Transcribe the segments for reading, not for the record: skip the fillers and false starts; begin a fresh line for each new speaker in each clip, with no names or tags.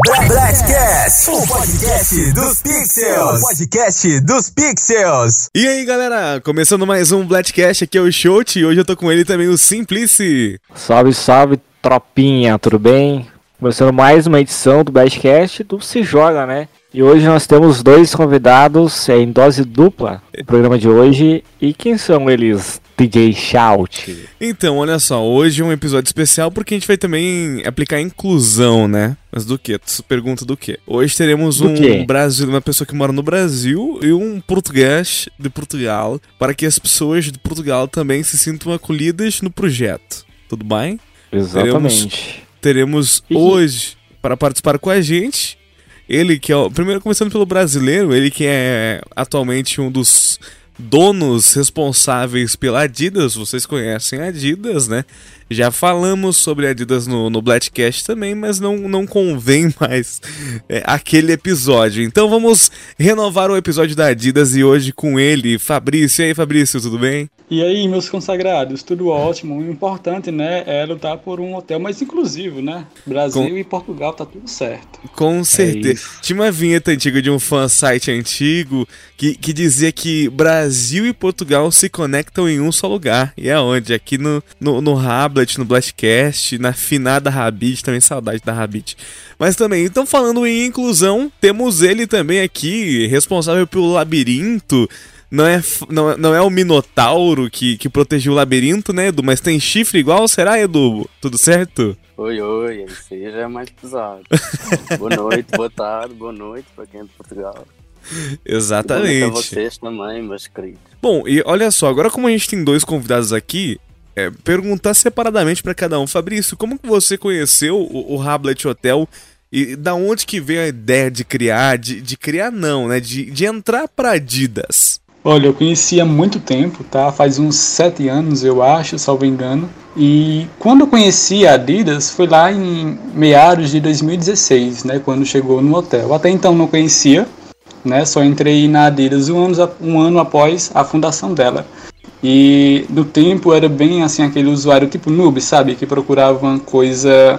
Blackcast, o podcast dos Pixels. Podcast dos Pixels.
E aí, galera, começando mais um Blackcast, aqui é o Shout e hoje eu tô com ele também, o Simplice.
Salve, salve, tropinha, tudo bem? Começando mais uma edição do Blackcast do Se Joga, né? E hoje nós temos dois convidados em dose dupla no programa de hoje. E quem são eles, DJ Shout?
Então, olha só, hoje é um episódio especial porque a gente vai também aplicar inclusão, né? Mas do quê? Tu pergunta do quê? Hoje teremos uma pessoa que mora no Brasil e um português de Portugal, para que as pessoas de Portugal também se sintam acolhidas no projeto. Tudo bem?
Exatamente.
Teremos hoje, para participar com a gente, ele que é primeiro começando pelo brasileiro, ele que é atualmente um dos donos responsáveis pela Adidas. Vocês conhecem a Adidas, né? Já falamos sobre a Adidas no Blackcast também, mas não convém mais aquele episódio. Então vamos renovar o episódio da Adidas e hoje com ele, Fabrício. E aí, Fabrício, tudo bem?
E aí, meus consagrados, tudo ótimo. O importante, né, é lutar por um hotel mais inclusivo, né? Brasil e Portugal, tá tudo certo.
Com certeza. Tinha uma vinheta antiga de um fansite antigo que dizia que Brasil e Portugal se conectam em um só lugar. E aonde? Aqui no Rablet, no Blastcast, na finada Rabit, também saudade da Rabit. Mas também, então falando em inclusão, temos ele também aqui, responsável pelo labirinto. Não é o Minotauro que protegeu o labirinto, né, Edu? Mas tem chifre igual, será, Edu? Tudo certo?
Oi, esse aí já é mais pesado. Boa noite, boa tarde, boa noite para quem é de Portugal.
Exatamente.
E para vocês também, meus queridos.
Bom, e olha só, agora como a gente tem dois convidados aqui, perguntar separadamente para cada um. Fabrício, como que você conheceu o Rablet Hotel e da onde que veio a ideia de criar, de criar não, né, de entrar pra Adidas?
Olha, eu conheci há muito tempo, tá? Faz uns 7 anos, eu acho, salvo engano. E quando eu conheci a Adidas, foi lá em meados de 2016, né? Quando chegou no hotel. Até então não conhecia, né? Só entrei na Adidas um ano após a fundação dela. E no tempo era bem assim, aquele usuário tipo noob, sabe? Que procurava uma coisa,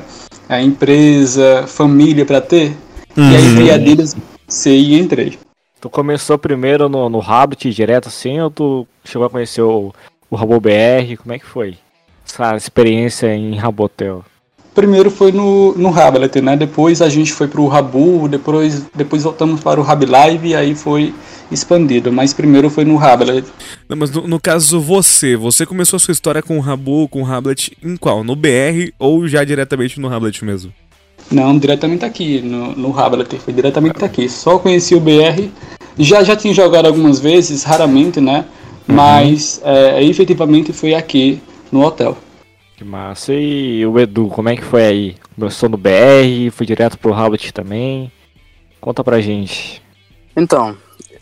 empresa, família pra ter. E aí vi a Adidas, e entrei.
Tu começou primeiro no Rablet direto assim, ou tu chegou a conhecer o Rabo BR? Como é que foi essa experiência em Rabotel?
Primeiro foi no Rablet, né? Depois a gente foi pro Rabu, depois voltamos para o Rab Live e aí foi expandido. Mas primeiro foi no Rablet.
Não, mas no caso você começou a sua história com o Rabu, com o Rablet em qual? No BR ou já diretamente no Rablet mesmo?
Não, diretamente aqui, no Rablet, foi diretamente aqui. Só conheci o BR, já tinha jogado algumas vezes, raramente, né? Mas efetivamente foi aqui no hotel.
Que massa. E o Edu, como é que foi aí? Começou no BR, foi direto pro Rablet também? Conta pra gente.
Então,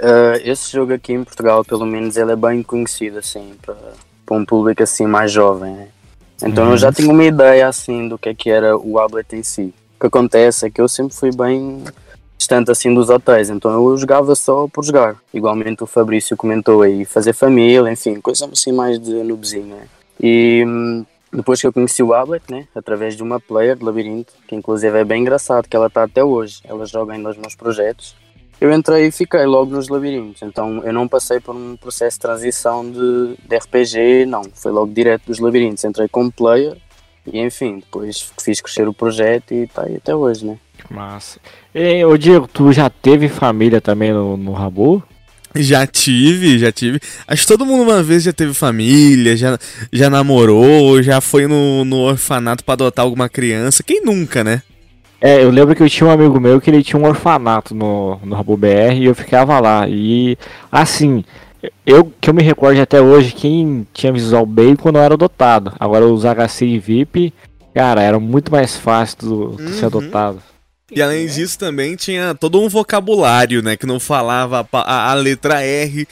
esse jogo aqui em Portugal, pelo menos, ele é bem conhecido, assim, para um público assim mais jovem, né? Então eu já tinha uma ideia, assim, do que era o Rablet em si. O que acontece é que eu sempre fui bem distante assim dos hotéis, então eu jogava só por jogar. Igualmente o Fabrício comentou aí, fazer família, enfim, coisa assim mais de noobzinho, né? E depois que eu conheci o Rablet, né, através de uma player de Labirinto, que inclusive é bem engraçado, que ela está até hoje, ela joga em 2 meus projetos, eu entrei e fiquei logo nos Labirintos, então eu não passei por um processo de transição de RPG, não, foi logo direto dos Labirintos, entrei como player. E enfim, depois fiz crescer o projeto e tá aí até hoje, né?
Massa. E, ô Diego, tu já teve família também no Rabu?
Já tive. Acho que todo mundo uma vez já teve família, já namorou, já foi no orfanato pra adotar alguma criança. Quem nunca, né?
Eu lembro que eu tinha um amigo meu que ele tinha um orfanato no Rabu BR e eu ficava lá. E assim, que eu me recordo até hoje, quem tinha visual bacon não era adotado. Agora os HC e VIP, cara, era muito mais fácil de ser adotado.
E além disso também tinha todo um vocabulário, né, que não falava a letra R,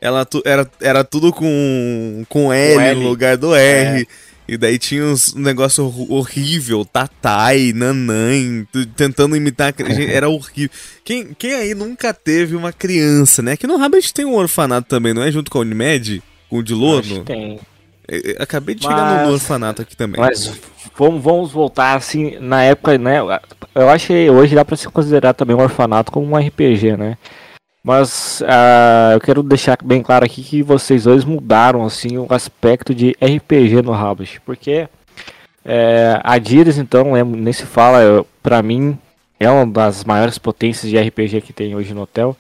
era tudo com L no lugar do R. E daí tinha um negócio horrível, Tatai, Nanãe, tentando imitar a gente, era horrível. Quem aí nunca teve uma criança, né? Que no Rablet tem um orfanato também, não é? Junto com a Unimed? Com o Dilono?
Acho que tem.
Acabei de chegar no orfanato aqui também.
Mas vamos voltar assim, na época, né? Eu acho que hoje dá pra se considerar também o orfanato como um RPG, né? Mas eu quero deixar bem claro aqui que vocês dois mudaram assim o aspecto de RPG no Rabbish, porque a Adidas, então, nem se fala, pra mim, é uma das maiores potências de RPG que tem hoje no hotel.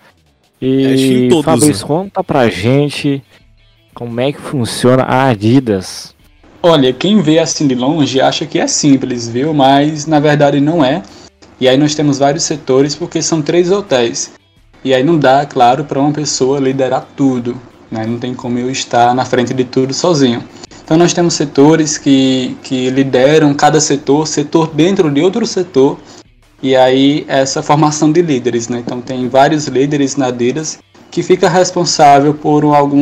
E Fabrício, conta pra gente como é que funciona a Adidas.
Olha, quem vê assim de longe acha que é simples, viu? Mas na verdade não é. E aí nós temos vários setores porque são 3 hotéis. E aí não dá, claro, para uma pessoa liderar tudo, né? Não tem como eu estar na frente de tudo sozinho. Então nós temos setores que lideram cada setor dentro de outro setor. E aí essa formação de líderes, né? Então tem vários líderes na Adidas que fica responsável por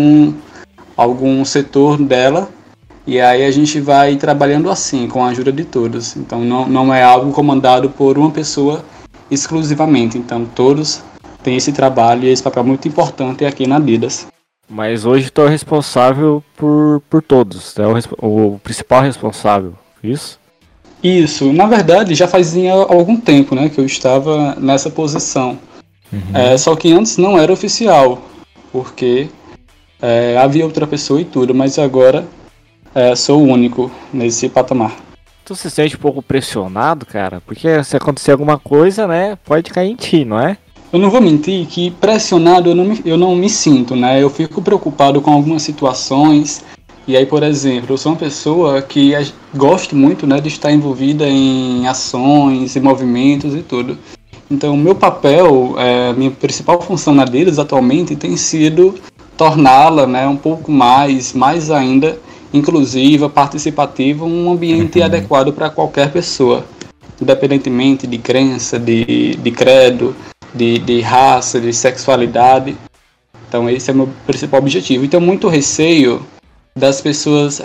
algum setor dela. E aí a gente vai trabalhando assim, com a ajuda de todos. Então não é algo comandado por uma pessoa exclusivamente. Então todos têm esse trabalho e esse papel muito importante aqui na Adidas.
Mas hoje tu é responsável por todos, é o principal responsável, isso?
Isso, na verdade já fazia algum tempo, né, que eu estava nessa posição. Só que antes não era oficial, porque havia outra pessoa e tudo, mas agora sou o único nesse patamar.
Tu se sente um pouco pressionado, cara? Porque se acontecer alguma coisa, né, pode cair em ti, não é?
Eu não vou mentir que pressionado eu não me sinto, né? Eu fico preocupado com algumas situações. E aí, por exemplo, eu sou uma pessoa que gosto muito, né, de estar envolvida em ações e movimentos e tudo. Então, o meu papel, minha principal função na Adidas atualmente tem sido torná-la, né, um pouco mais ainda inclusiva, participativa, um ambiente adequado para qualquer pessoa, independentemente de crença, de credo, de raça, de sexualidade. Então esse é o meu principal objetivo. E tenho muito receio das pessoas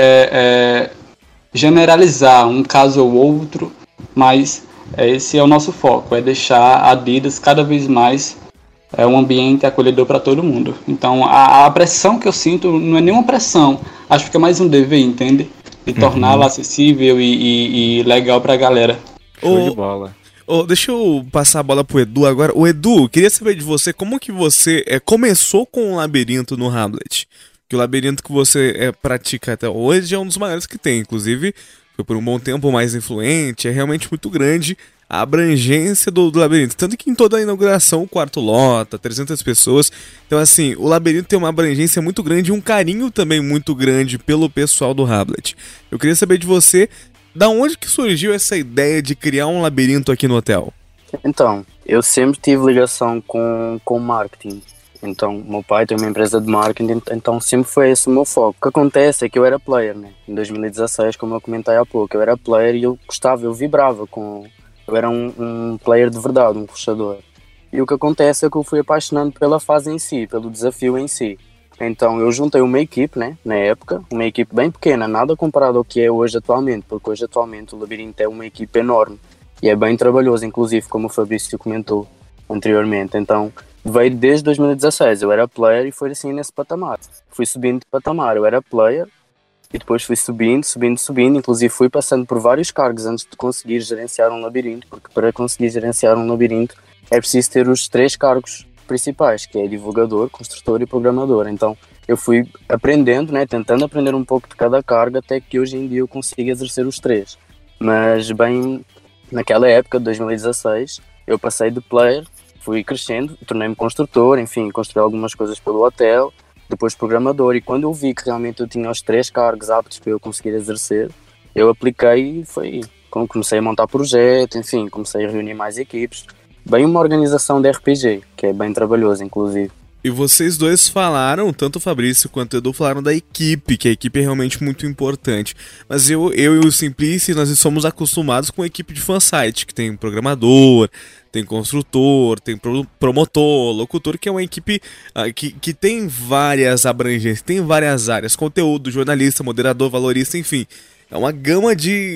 generalizar um caso ou outro, mas esse é o nosso foco, é deixar a Adidas cada vez mais um ambiente acolhedor para todo mundo. Então a pressão que eu sinto não é nenhuma pressão, acho que é mais um dever, entende? De torná-la acessível e legal para a galera.
Show de bola.
Deixa eu passar a bola pro Edu agora. O Edu, queria saber de você, como que você começou com o labirinto no Hamlet? Que o labirinto que você pratica até hoje é um dos maiores que tem, inclusive foi por um bom tempo mais influente, é realmente muito grande a abrangência do labirinto. Tanto que em toda a inauguração o quarto lota, 300 pessoas. Então assim, o labirinto tem uma abrangência muito grande e um carinho também muito grande pelo pessoal do Hamlet. Eu queria saber de você, da onde que surgiu essa ideia de criar um labirinto aqui no hotel?
Então, eu sempre tive ligação com marketing. Então, meu pai tem uma empresa de marketing, então sempre foi esse o meu foco. O que acontece é que eu era player, né? Em 2016, como eu comentei há pouco, eu era player e eu gostava, eu vibrava com... Eu era um player de verdade, um puxador. E o que acontece é que eu fui apaixonando pela fase em si, pelo desafio em si. Então eu juntei uma equipe, né, na época, uma equipe bem pequena, nada comparado ao que é hoje atualmente, porque hoje atualmente o Labirinto é uma equipe enorme e é bem trabalhoso, inclusive, como o Fabrício comentou anteriormente. Então veio desde 2016, eu era player e foi assim nesse patamar. Fui subindo de patamar, eu era player e depois fui subindo, inclusive fui passando por vários cargos antes de conseguir gerenciar um labirinto, porque para conseguir gerenciar um labirinto é preciso ter os 3 cargos principais, que é divulgador, construtor e programador. Então eu fui aprendendo, né, tentando aprender um pouco de cada cargo, até que hoje em dia eu consigo exercer os 3. Mas bem, naquela época de 2016 eu passei de player, fui crescendo, tornei-me construtor, enfim, construí algumas coisas pelo hotel, depois programador, e quando eu vi que realmente eu tinha os 3 cargos aptos para eu conseguir exercer, eu apliquei e comecei a montar projeto, enfim, comecei a reunir mais equipes. Bem uma organização de RPG, que é bem trabalhoso, inclusive.
E vocês dois falaram, tanto o Fabrício quanto o Edu falaram da equipe, que a equipe é realmente muito importante. Mas eu e o Simplice, nós somos acostumados com a equipe de fansite, que tem programador, tem construtor, tem promotor, locutor, que é uma equipe que tem várias abrangências, tem várias áreas, conteúdo, jornalista, moderador, valorista, enfim. É uma gama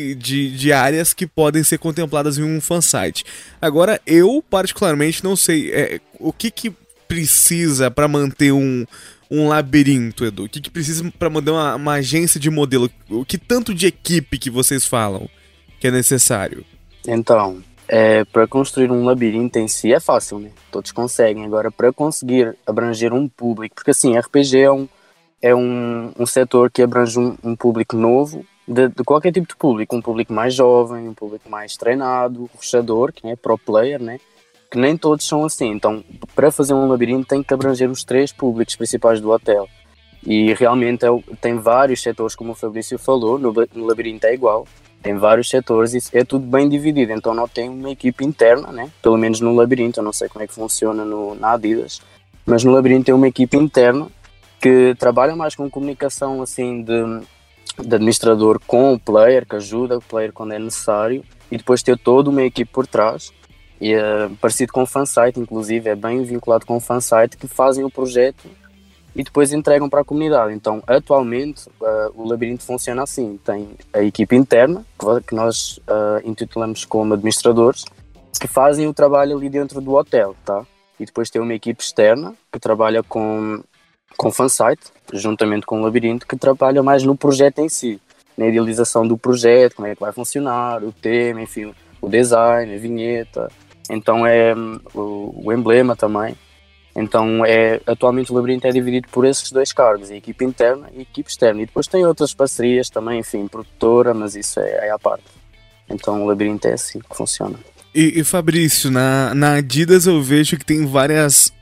de áreas que podem ser contempladas em um fansite. Agora, eu particularmente não sei o que precisa para manter um um labirinto, Edu? O que precisa para mandar uma agência de modelo? O que tanto de equipe que vocês falam que é necessário?
Então, para construir um labirinto em si é fácil, né? Todos conseguem. Agora, para conseguir abranger um público, porque assim, RPG é um setor que abrange um público novo, de qualquer tipo de público, um público mais jovem, um público mais treinado, rushador, que é pro player, né? Que nem todos são assim. Então, para fazer um labirinto tem que abranger os 3 públicos principais do hotel. E realmente tem vários setores, como o Fabrício falou, no labirinto é igual. Tem vários setores e é tudo bem dividido, então não tem uma equipe interna, né? Pelo menos no labirinto, eu não sei como é que funciona na Adidas, mas no labirinto tem uma equipe interna que trabalha mais com comunicação assim de administrador com o player, que ajuda o player quando é necessário, e depois ter toda uma equipe por trás, e é parecido com o fansite, inclusive, é bem vinculado com o fansite, que fazem o projeto e depois entregam para a comunidade. Então, atualmente, o labirinto funciona assim. Tem a equipe interna, que nós intitulamos como administradores, que fazem o trabalho ali dentro do hotel, tá? E depois tem uma equipe externa, que trabalha com fansite, juntamente com o labirinto, que trabalha mais no projeto em si, na idealização do projeto, como é que vai funcionar, o tema, enfim, o design, a vinheta, então é o emblema também. Então, atualmente o labirinto é dividido por esses 2 cargos, a equipe interna e a equipe externa. E depois tem outras parcerias também, enfim, produtora, mas isso é à parte. Então o labirinto é assim que funciona.
E Fabrício, na Adidas eu vejo que tem vários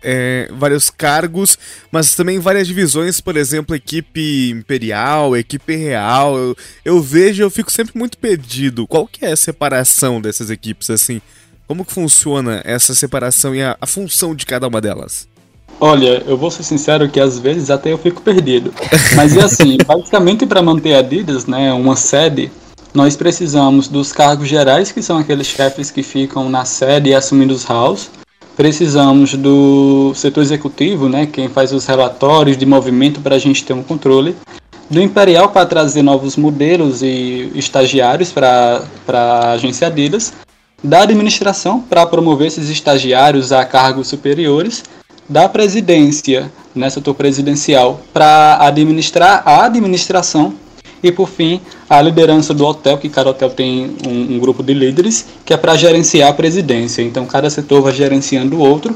cargos, mas também várias divisões, por exemplo, equipe imperial, equipe real. Eu vejo e eu fico sempre muito perdido. Qual que é a separação dessas equipes, assim? Como que funciona essa separação e a função de cada uma delas?
Olha, eu vou ser sincero que às vezes até eu fico perdido. Mas é assim, basicamente para manter a Adidas, né, uma sede, nós precisamos dos cargos gerais, que são aqueles chefes que ficam na sede e assumindo os halls. Precisamos do setor executivo, né, quem faz os relatórios de movimento para a gente ter um controle. Do Imperial para trazer novos modelos e estagiários para a agência Adidas. Da administração para promover esses estagiários a cargos superiores. Da presidência, né, setor presidencial, para administrar a administração. E por fim, a liderança do hotel, que cada hotel tem um grupo de líderes, que é para gerenciar a presidência. Então cada setor vai gerenciando o outro.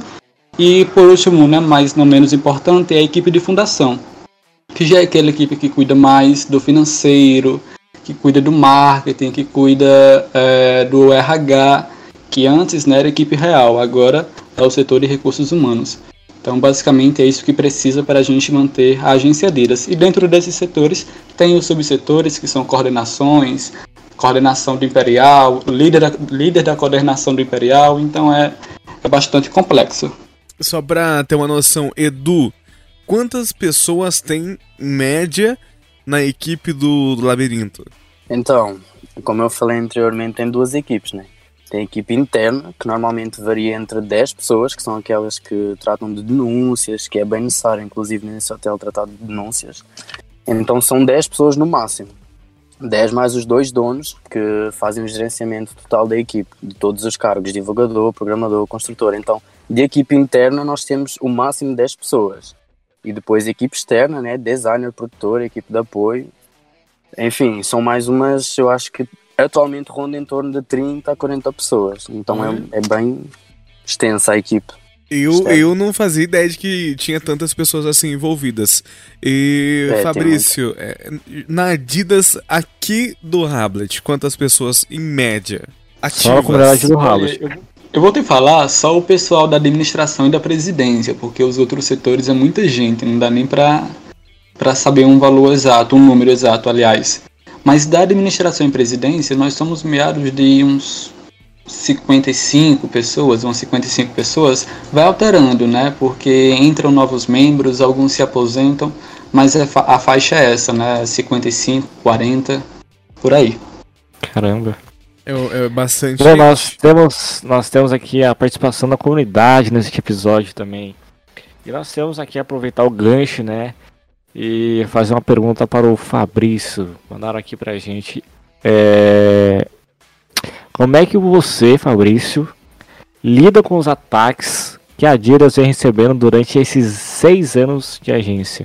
E por último, né, mas não menos importante, é a equipe de fundação, que já é aquela equipe que cuida mais do financeiro, que cuida do marketing, que cuida do RH, que antes, né, era a equipe real, agora é o setor de recursos humanos. Então, basicamente, é isso que precisa para a gente manter a agência Adidas. E dentro desses setores, tem os subsetores, que são coordenações, coordenação do Imperial, líder da coordenação do Imperial, então é bastante complexo.
Só para ter uma noção, Edu, quantas pessoas tem, em média, na equipe do Labirinto?
Então, como eu falei anteriormente, tem 2 equipes, né? Tem a equipe interna, que normalmente varia entre 10 pessoas, que são aquelas que tratam de denúncias, que é bem necessário, inclusive nesse hotel, tratar de denúncias. Então são 10 pessoas no máximo. 10 mais os 2 donos, que fazem o gerenciamento total da equipe, de todos os cargos, divulgador, programador, construtor. Então, de equipe interna nós temos o máximo de 10 pessoas. E depois a equipe externa, né, designer, produtor, equipe de apoio. Enfim, são mais umas, eu acho que atualmente ronda em torno de 30 a 40 pessoas. Então é bem extensa a equipe.
Eu não fazia ideia de que tinha tantas pessoas assim envolvidas. E Fabrício, na Adidas aqui do Rablet, quantas pessoas em média ativas?
Só a comunidade do Rablet.
Eu vou te falar só o pessoal da administração e da presidência, porque os outros setores é muita gente, não dá nem para saber um valor exato, um número exato, aliás. Mas da administração e presidência, nós somos meados de uns 55 pessoas, umas 55 pessoas, vai alterando, né? Porque entram novos membros, alguns se aposentam, mas a faixa é essa, né? 55, 40, por aí.
Caramba.
É bastante.
Bom, nós temos aqui a participação da comunidade nesse episódio também. E nós temos aqui aproveitar o gancho, né? E fazer uma pergunta para o Fabrício. Mandaram aqui pra gente. Como é que você, Fabrício, lida com os ataques que a Adidas vem recebendo durante esses 6 anos de agência?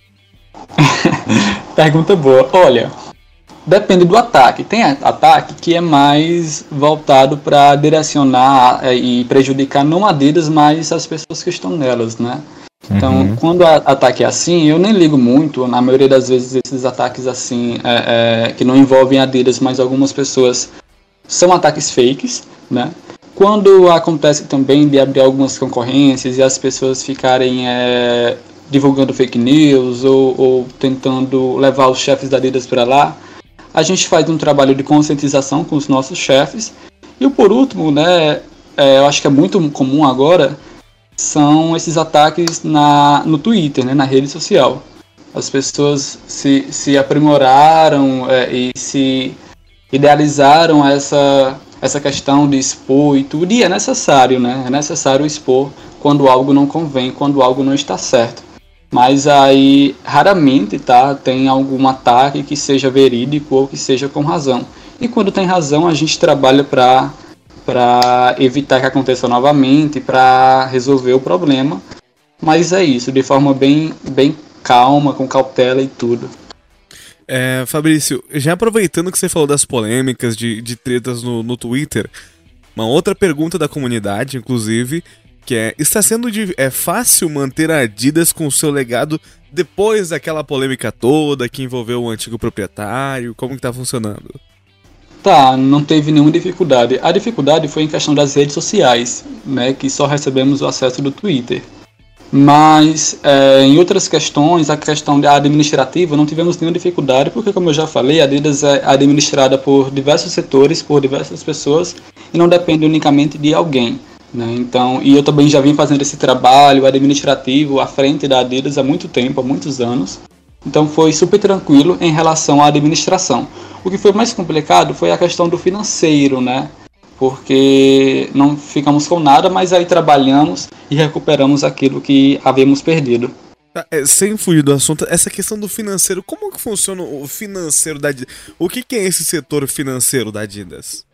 Pergunta boa. Olha, depende do ataque. Tem ataque que é mais voltado para direcionar e prejudicar não Adidas, mas as pessoas que estão nelas, né? Então, quando o ataque é assim, eu nem ligo muito. Na maioria das vezes, esses ataques assim, que não envolvem Adidas, mas algumas pessoas, são ataques fakes, né? Quando acontece também de abrir algumas concorrências e as pessoas ficarem divulgando fake news ou tentando levar os chefes da Adidas para lá, a gente faz um trabalho de conscientização com os nossos chefes. E por último, né, eu acho que é muito comum agora, são esses ataques no Twitter, né, na rede social. As pessoas se aprimoraram e se idealizaram essa questão de expor e tudo, e é necessário, né? É necessário expor quando algo não convém, quando algo não está certo. Mas aí, raramente, tem algum ataque que seja verídico ou que seja com razão. E quando tem razão, a gente trabalha para evitar que aconteça novamente, para resolver o problema. Mas é isso, de forma bem calma, com cautela e tudo.
Fabrício, já aproveitando que você falou das polêmicas de tretas no Twitter, uma outra pergunta da comunidade, inclusive, que está sendo fácil manter a Adidas com o seu legado depois daquela polêmica toda que envolveu o antigo proprietário? Como que tá funcionando?
Não teve nenhuma dificuldade. A dificuldade foi em questão das redes sociais, né, que só recebemos o acesso do Twitter. Mas em outras questões, a questão administrativa, não tivemos nenhuma dificuldade, porque, como eu já falei, a Adidas é administrada por diversos setores, por diversas pessoas, e não depende unicamente de alguém, né? Então, e eu também já vim fazendo esse trabalho administrativo à frente da Adidas há muito tempo, há muitos anos. Então foi super tranquilo em relação à administração. O que foi mais complicado foi a questão do financeiro, né? Porque não ficamos com nada, mas aí trabalhamos e recuperamos aquilo que havíamos perdido.
Sem fugir do assunto, essa questão do financeiro, como que funciona o financeiro da Adidas? O que é esse setor financeiro da Adidas?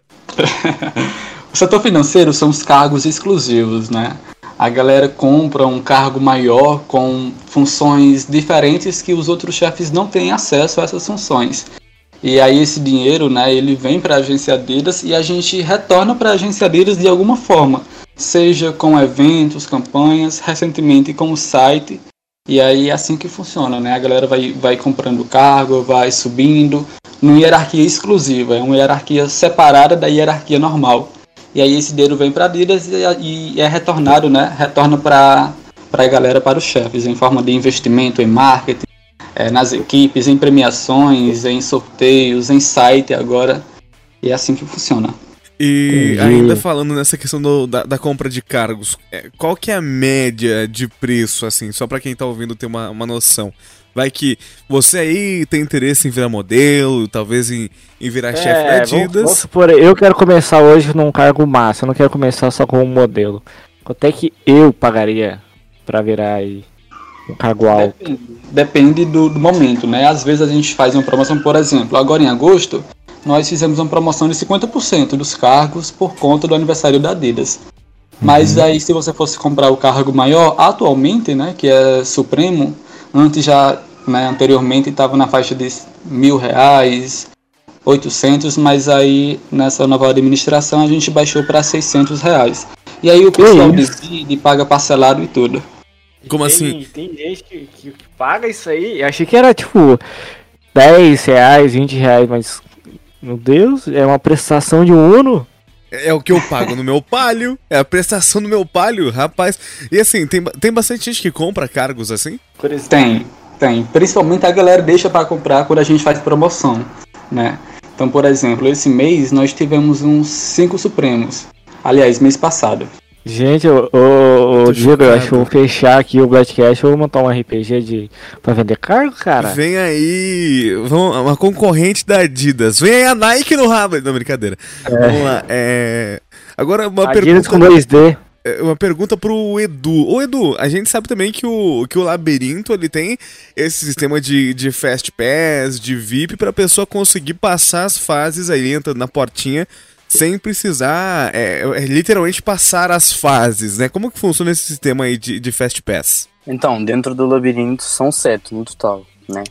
O setor financeiro são os cargos exclusivos, né? A galera compra um cargo maior com funções diferentes que os outros chefes não têm acesso a essas funções. E aí esse dinheiro, né, ele vem para a agência Adidas e a gente retorna para a agência Adidas de alguma forma, seja com eventos, campanhas, recentemente com o site. E aí é assim que funciona, né? A galera vai comprando cargo, vai subindo, numa hierarquia exclusiva, é uma hierarquia separada da hierarquia normal. E aí esse dinheiro vem para a Adidas e é retornado, né? Retorna para a galera, para os chefes, em forma de investimento em marketing, nas equipes, em premiações, em sorteios, em site agora. E é assim que funciona.
E ainda falando nessa questão da compra de cargos, qual que é a média de preço, assim, só para quem tá ouvindo ter uma noção? Vai que você aí tem interesse em virar modelo, talvez em virar chefe da Adidas.
Vamos supor, eu quero começar hoje num cargo massa, eu não quero começar só como modelo. Quanto é que eu pagaria pra virar aí um cargo alto?
Depende do momento, né? Às vezes a gente faz uma promoção, por exemplo, agora em agosto, nós fizemos uma promoção de 50% dos cargos por conta do aniversário da Adidas. Mas aí se você fosse comprar o cargo maior, atualmente, né, que é Supremo, antes já, né, anteriormente estava na faixa de R$1.000, 800, mas aí nessa nova administração a gente baixou para R$600. E aí o pessoal decide, paga parcelado e tudo.
Como assim?
Tem gente que paga isso aí, eu achei que era tipo R$10, R$20, mas meu Deus, é uma prestação de um Uno?
É o que eu pago no meu Palio, é a prestação do meu Palio, rapaz. E assim, tem bastante gente que compra cargos assim?
Tem. Principalmente a galera deixa para comprar quando a gente faz promoção, né? Então, por exemplo, esse mês nós tivemos uns 5 Supremos. Aliás, mês passado.
Gente, Diego, eu acho que eu vou fechar aqui o Blackcast, eu vou montar um RPG pra vender cargo, cara.
Vem aí, uma concorrente da Adidas. Vem aí a Nike no rabo. Não, brincadeira. Vamos lá. Agora uma
Adidas
pergunta
com 2D.
Uma pergunta pro Edu. Ô Edu, a gente sabe também que o Labirinto ele tem esse sistema de Fast Pass, de VIP, pra pessoa conseguir passar as fases aí, entra na portinha, sem precisar, literalmente passar as fases, né? Como que funciona esse sistema aí de Fast Pass?
Então, dentro do labirinto são 7 no total, né?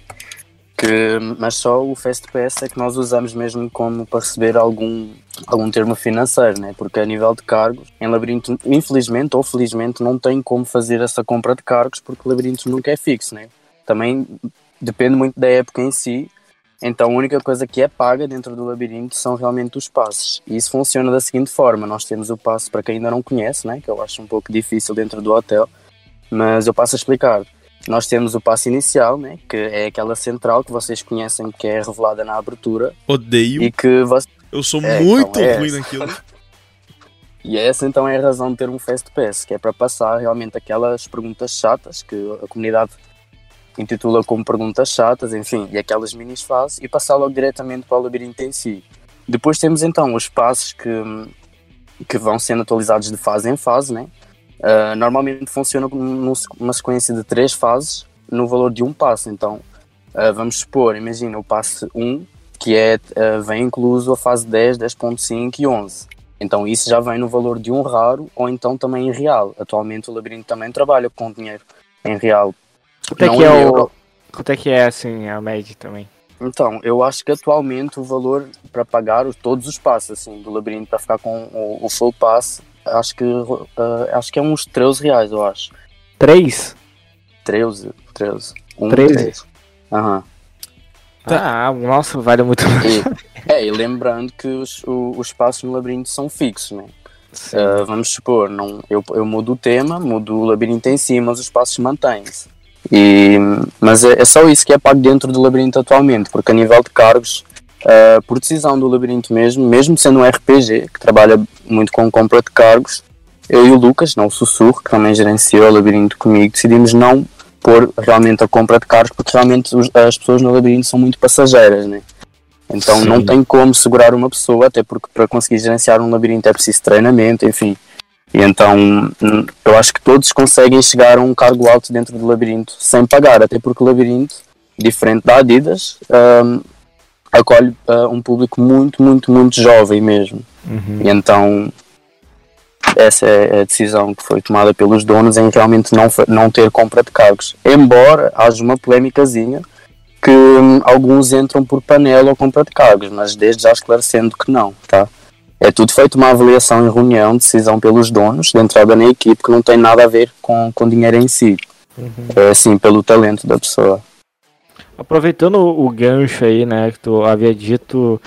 Mas só o Fast Pass é que nós usamos mesmo como para receber algum termo financeiro, né? Porque a nível de cargos, em labirinto, infelizmente ou felizmente, não tem como fazer essa compra de cargos porque o labirinto nunca é fixo, né? Também depende muito da época em si, então a única coisa que é paga dentro do labirinto são realmente os passes. E isso funciona da seguinte forma: nós temos o passe, para quem ainda não conhece, né? Que eu acho um pouco difícil dentro do hotel, mas eu passo a explicar. Nós temos o passe inicial, né, que é aquela central que vocês conhecem, que é revelada na abertura.
Odeio.
E que
eu sou muito
então,
ruim naquilo.
E essa então é a razão de ter um Fast Pass, que é para passar realmente aquelas perguntas chatas, que a comunidade intitula como perguntas chatas, enfim, e aquelas minis fases, e passar logo diretamente para o labirinto em si. Depois temos então os passes que vão sendo atualizados de fase em fase, né? Normalmente funciona numa sequência de 3 fases no valor de um passe. Então vamos supor, imagina o passe 1, que vem incluso a fase 10, 10.5 e 11. Então isso já vem no valor de um raro ou então também em real. Atualmente o labirinto também trabalha com dinheiro em real.
Quanto é que é assim a média também?
Então, eu acho que atualmente o valor para pagar todos os passes assim, do labirinto para ficar com o full pass, acho que é uns 13 reais, eu acho.
3?
13.
13?
Aham.
Nossa, vale muito mais.
E lembrando que os passos no labirinto são fixos, né? Vamos supor, eu mudo o tema, mudo o labirinto em si, mas os passos mantêm-se. Mas é só isso que é pago dentro do labirinto atualmente, porque a nível de cargos, por decisão do labirinto mesmo sendo um RPG, que trabalha muito com compra de cargos, eu e o Lucas, não o Sussurro, que também gerenciou o labirinto comigo, decidimos não pôr realmente a compra de cargos, porque realmente as pessoas no labirinto são muito passageiras, né? Então não tem como segurar uma pessoa, até porque para conseguir gerenciar um labirinto é preciso treinamento, enfim. E então eu acho que todos conseguem chegar a um cargo alto dentro do labirinto sem pagar, até porque o labirinto, diferente da Adidas, acolhe um público muito, muito, muito jovem mesmo.
Uhum.
E então essa é a decisão que foi tomada pelos donos em realmente não ter compra de cargos. Embora haja uma polémicazinha que alguns entram por panela ou compra de cargos, mas desde já esclarecendo que não, tá? É tudo feito uma avaliação em reunião, decisão pelos donos, de entrada na equipe, que não tem nada a ver com dinheiro em si.
Uhum.
É assim, pelo talento da pessoa.
Aproveitando o gancho aí, né, que tu havia dito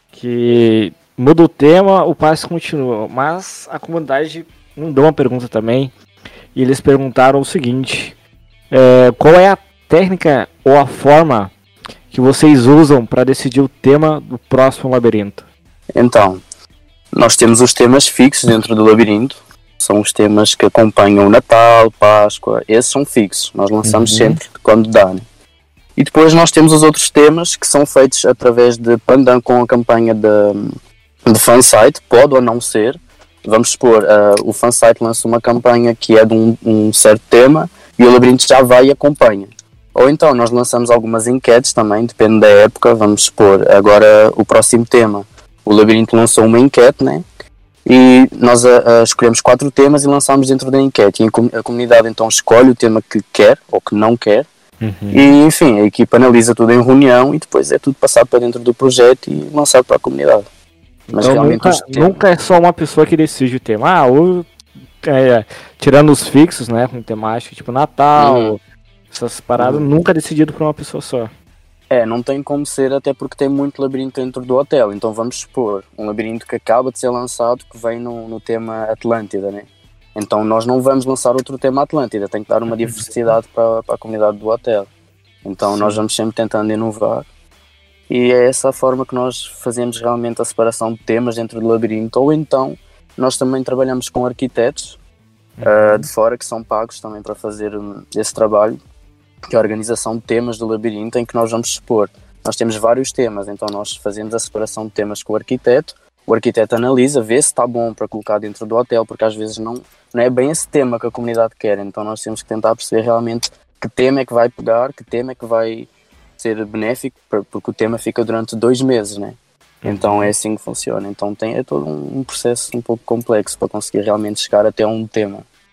que muda o tema, o passe continua, mas a comunidade mandou uma pergunta também, e eles perguntaram o seguinte: qual é a técnica ou a forma que vocês usam para decidir o tema do próximo labirinto?
Então, nós temos os temas fixos dentro do labirinto, são os temas que acompanham o Natal, Páscoa, esses são fixos, nós lançamos sempre quando dá, né? E depois nós temos os outros temas que são feitos através de pandan com a campanha de fansite, pode ou não ser. Vamos supor, o fansite lança uma campanha que é de um certo tema e o labirinto já vai e acompanha. Ou então nós lançamos algumas enquetes também, depende da época. Vamos supor, agora o próximo tema, o labirinto lançou uma enquete, né? E nós escolhemos 4 temas e lançamos dentro da enquete. E a comunidade então escolhe o tema que quer ou que não quer.
Uhum.
E enfim, a equipa analisa tudo em reunião e depois é tudo passado para dentro do projeto e lançado para a comunidade. Mas
então
realmente
nunca é só uma pessoa que decide o tema. Tirando os fixos, né, com temática tipo Natal, essas paradas, nunca é decidido por uma pessoa só.
Não tem como ser, até porque tem muito labirinto dentro do hotel. Então vamos supor, um labirinto que acaba de ser lançado que vem no tema Atlântida, né? Então nós não vamos lançar outro tema Atlântida, tem que dar uma diversidade para a comunidade do hotel. Então nós vamos sempre tentando inovar. E é essa a forma que nós fazemos realmente a separação de temas dentro do labirinto. Ou então nós também trabalhamos com arquitetos de fora que são pagos também para fazer esse trabalho, que é a organização de temas do labirinto, em que nós vamos expor. Nós temos vários temas, então nós fazemos a separação de temas com o arquiteto analisa, vê se está bom para colocar dentro do hotel, porque às vezes não é bem esse tema que a comunidade quer, então nós temos que tentar perceber realmente que tema é que vai pegar, que tema é que vai ser benéfico, porque o tema fica durante 2 meses, né? Então é assim que funciona. Então é todo um processo um pouco complexo para conseguir realmente chegar até um tema.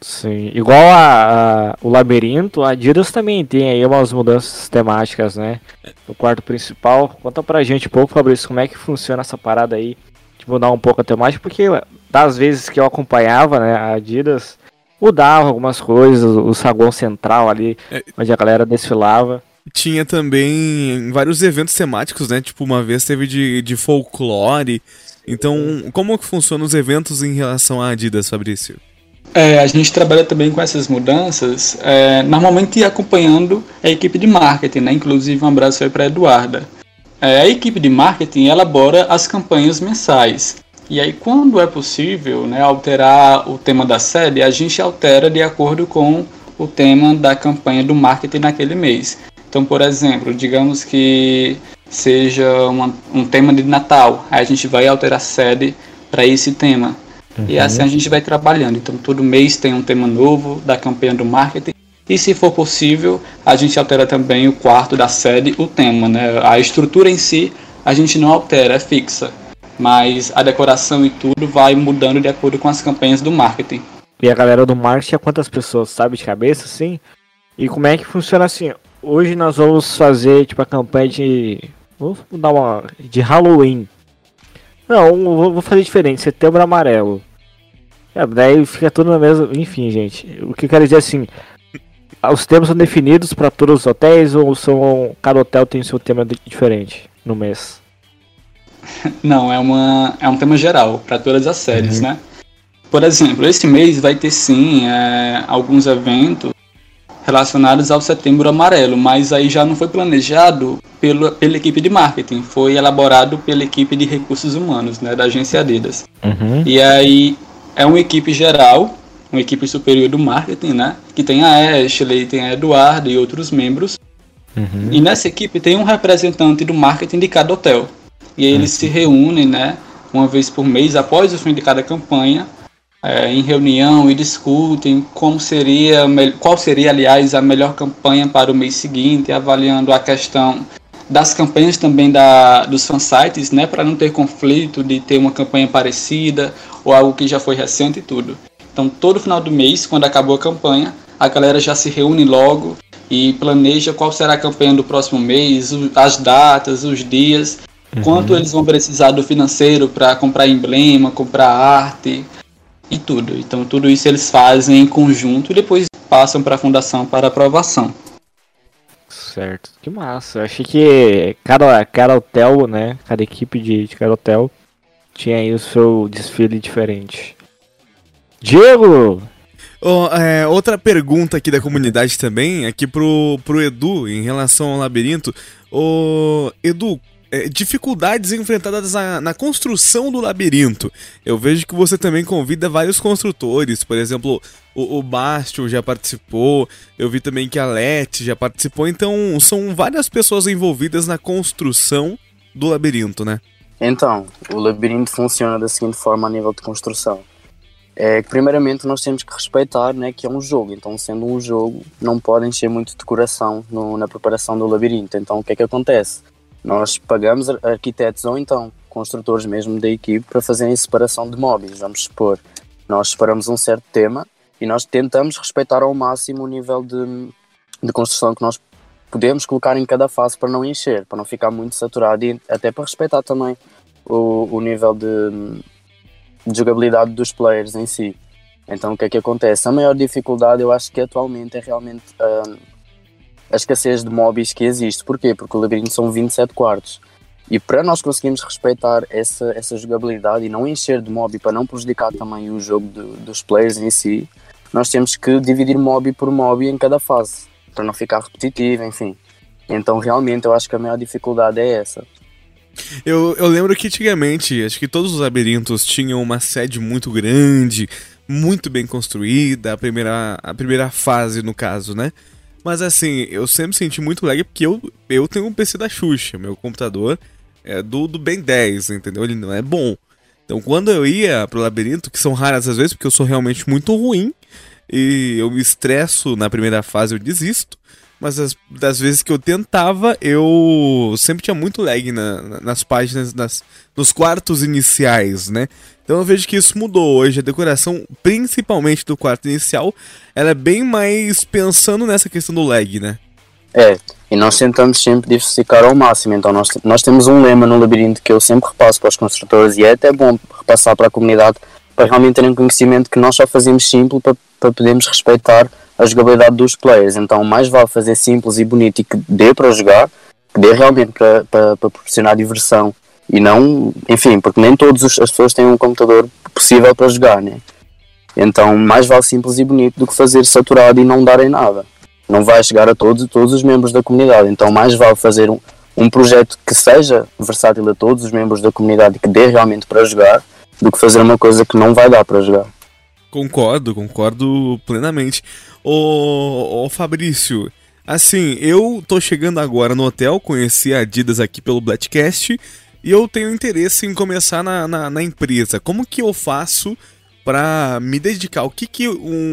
Sim, igual o Labirinto, a Adidas também tem aí umas mudanças temáticas, né? No quarto principal. Conta pra gente um pouco, Fabrício, como é que funciona essa parada aí de mudar um pouco a temática, porque das vezes que eu acompanhava, né, a Adidas mudava algumas coisas, o saguão central ali, onde a galera desfilava.
Tinha também vários eventos temáticos, né? Tipo, uma vez teve de folclore. Então, como que funcionam os eventos em relação à Adidas, Fabrício?
A gente trabalha também com essas mudanças, normalmente acompanhando a equipe de marketing, né? Inclusive um abraço aí para a Eduarda. A equipe de marketing elabora as campanhas mensais. E aí, quando é possível, né, alterar o tema da sede, a gente altera de acordo com o tema da campanha do marketing naquele mês. Então, por exemplo, digamos que seja um tema de Natal, aí a gente vai alterar a sede para esse tema. E assim a gente vai trabalhando. Então, todo mês tem um tema novo da campanha do marketing. E se for possível, a gente altera também o quarto da sede, o tema, né? A estrutura em si, a gente não altera, é fixa. Mas a decoração e tudo vai mudando de acordo com as campanhas do marketing.
E a galera do marketing, quantas pessoas, sabe, de cabeça, assim? E como é que funciona assim? Hoje nós vamos fazer, tipo, a campanha de Halloween. Não, vou fazer diferente, Setembro Amarelo. Daí fica tudo na mesma. Enfim, gente. O que eu quero dizer assim. Os temas são definidos para todos os hotéis ou cada hotel tem seu tema diferente no mês?
Não, é um tema geral para todas as séries, né? Por exemplo, esse mês vai ter sim alguns eventos relacionados ao Setembro Amarelo, mas aí já não foi planejado pela equipe de marketing, foi elaborado pela equipe de recursos humanos, né, da agência Adidas. E aí é uma equipe geral, uma equipe superior do marketing, né, que tem a Ashley, tem a Eduarda e outros membros. E nessa equipe tem um representante do marketing de cada hotel. E aí eles se reúnem, né, uma vez por mês, após o fim de cada campanha, em reunião e discutem qual seria, aliás, a melhor campanha para o mês seguinte, avaliando a questão das campanhas também dos fansites, né, para não ter conflito de ter uma campanha parecida ou algo que já foi recente e tudo. Então, todo final do mês, quando acabou a campanha, a galera já se reúne logo e planeja qual será a campanha do próximo mês, as datas, os dias, quanto eles vão precisar do financeiro para comprar emblema, comprar arte e tudo. Então, tudo isso eles fazem em conjunto e depois passam para a fundação para aprovação.
Certo, que massa. Eu achei que cada hotel, né, cada equipe de cada hotel tinha aí o seu desfile diferente. Diego!
Outra pergunta aqui da comunidade também, aqui pro Edu, em relação ao labirinto. Edu, dificuldades enfrentadas na construção do labirinto. Eu vejo que você também convida vários construtores, por exemplo, o Bastio já participou, eu vi também que a Leti já participou, então são várias pessoas envolvidas na construção do labirinto, né?
Então, o labirinto funciona da seguinte forma a nível de construção. Primeiramente nós temos que respeitar, né, que é um jogo, então sendo um jogo não pode encher muito de decoração na preparação do labirinto. Então o que é que acontece? Nós pagamos arquitetos ou então construtores mesmo da equipe para fazerem separação de móveis, vamos supor. Nós separamos um certo tema e nós tentamos respeitar ao máximo o nível de construção que nós podemos colocar em cada fase para não encher, para não ficar muito saturado e até para respeitar também o nível de jogabilidade dos players em si. Então o que é que acontece? A maior dificuldade eu acho que atualmente é realmente a escassez de mobs que existe. Porquê? Porque o labirinto são 27 quartos e para nós conseguirmos respeitar essa jogabilidade e não encher de mob para não prejudicar também o jogo dos players em si, nós temos que dividir mob por mob em cada fase para não ficar repetitivo, enfim. Então realmente eu acho que a maior dificuldade é essa.
Eu lembro que antigamente, acho que todos os labirintos tinham uma sede muito grande, muito bem construída, a primeira fase no caso, né? Mas assim, eu sempre senti muito lag porque eu tenho um PC da Xuxa, meu computador é do Ben 10, entendeu? Ele não é bom. Então quando eu ia pro labirinto, que são raras às vezes, porque eu sou realmente muito ruim, e eu me estresso na primeira fase, eu desisto. Mas das vezes que eu tentava, eu sempre tinha muito lag nas páginas, nos quartos iniciais, né? Então eu vejo que isso mudou hoje. A decoração, principalmente do quarto inicial, ela é bem mais pensando nessa questão do lag, né?
E nós tentamos sempre diversificar ao máximo. Então nós temos um lema no labirinto que eu sempre repasso para os construtores, e é até bom repassar para a comunidade, para realmente terem conhecimento que nós só fazemos simples para podermos respeitar a jogabilidade dos players. Então mais vale fazer simples e bonito e que dê para jogar, que dê realmente para proporcionar diversão, e não, enfim, porque nem todas as pessoas têm um computador possível para jogar, né? Então mais vale simples e bonito do que fazer saturado e não darem nada. Não vai chegar a todos os membros da comunidade. Então mais vale fazer um projeto que seja versátil a todos os membros da comunidade e que dê realmente para jogar, do que fazer uma coisa que não vai dar para jogar.
Concordo plenamente. Ô Fabrício, assim, eu tô chegando agora no hotel, conheci a Adidas aqui pelo Bladcast, e eu tenho interesse em começar na empresa. Como que eu faço para me dedicar? O que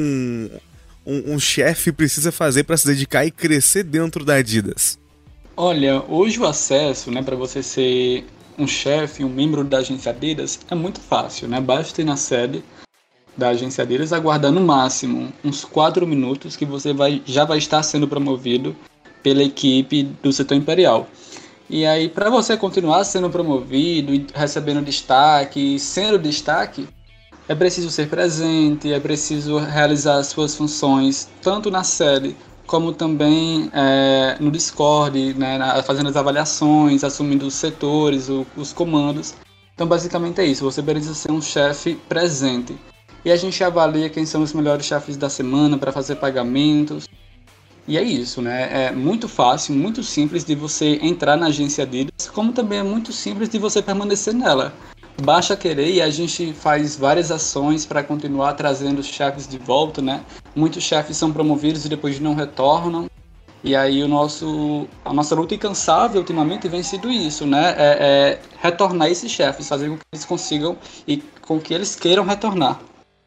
um chefe precisa fazer para se dedicar e crescer dentro da Adidas?
Olha, hoje o acesso, né, para você ser um chefe, um membro da agência Adidas, é muito fácil, né? Basta ir na sede da agência Adidas, aguardar no máximo uns 4 minutos que você já vai estar sendo promovido pela equipe do setor imperial. E aí, para você continuar sendo promovido e recebendo destaque, sendo destaque, é preciso ser presente, é preciso realizar as suas funções, tanto na sede, como também no Discord, né, fazendo as avaliações, assumindo os setores, os comandos. Então, basicamente é isso, você precisa ser um chefe presente. E a gente avalia quem são os melhores chefes da semana para fazer pagamentos. E é isso, né? É muito fácil, muito simples de você entrar na agência Adidas, como também é muito simples de você permanecer nela. Basta querer, e a gente faz várias ações para continuar trazendo os chefes de volta, né? Muitos chefes são promovidos e depois não retornam. E aí a nossa luta incansável ultimamente vem sido isso, né? É retornar esses chefes, fazer com que eles consigam e com que eles queiram retornar.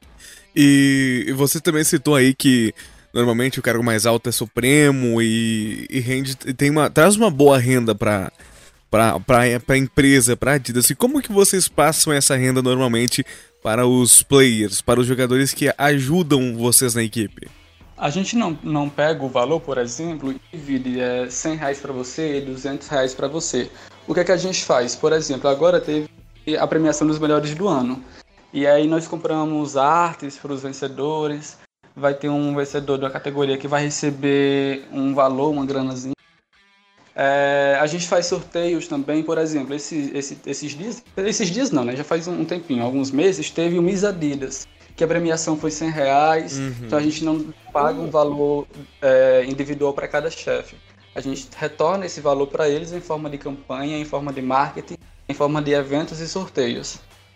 E você também citou aí que normalmente o cargo mais alto é supremo e rende, traz uma boa renda para a empresa, para a Adidas. E como que vocês passam essa renda normalmente para os players, para os jogadores que ajudam vocês na equipe?
A gente não pega o valor, por exemplo, e divide R$100 para você e R$200 para você. O que é que a gente faz? Por exemplo, agora teve a premiação dos melhores do ano. E aí nós compramos artes para os vencedores. Vai ter um vencedor da categoria que vai receber um valor, uma granazinha. A gente faz sorteios também, por exemplo, esses dias não, né? Já faz um tempinho, alguns meses, teve o Miss Adidas, que a premiação foi R$100, então a gente não paga um valor individual para cada chefe. A gente retorna esse valor para eles em forma de campanha, em forma de marketing, em forma de eventos e sorteios.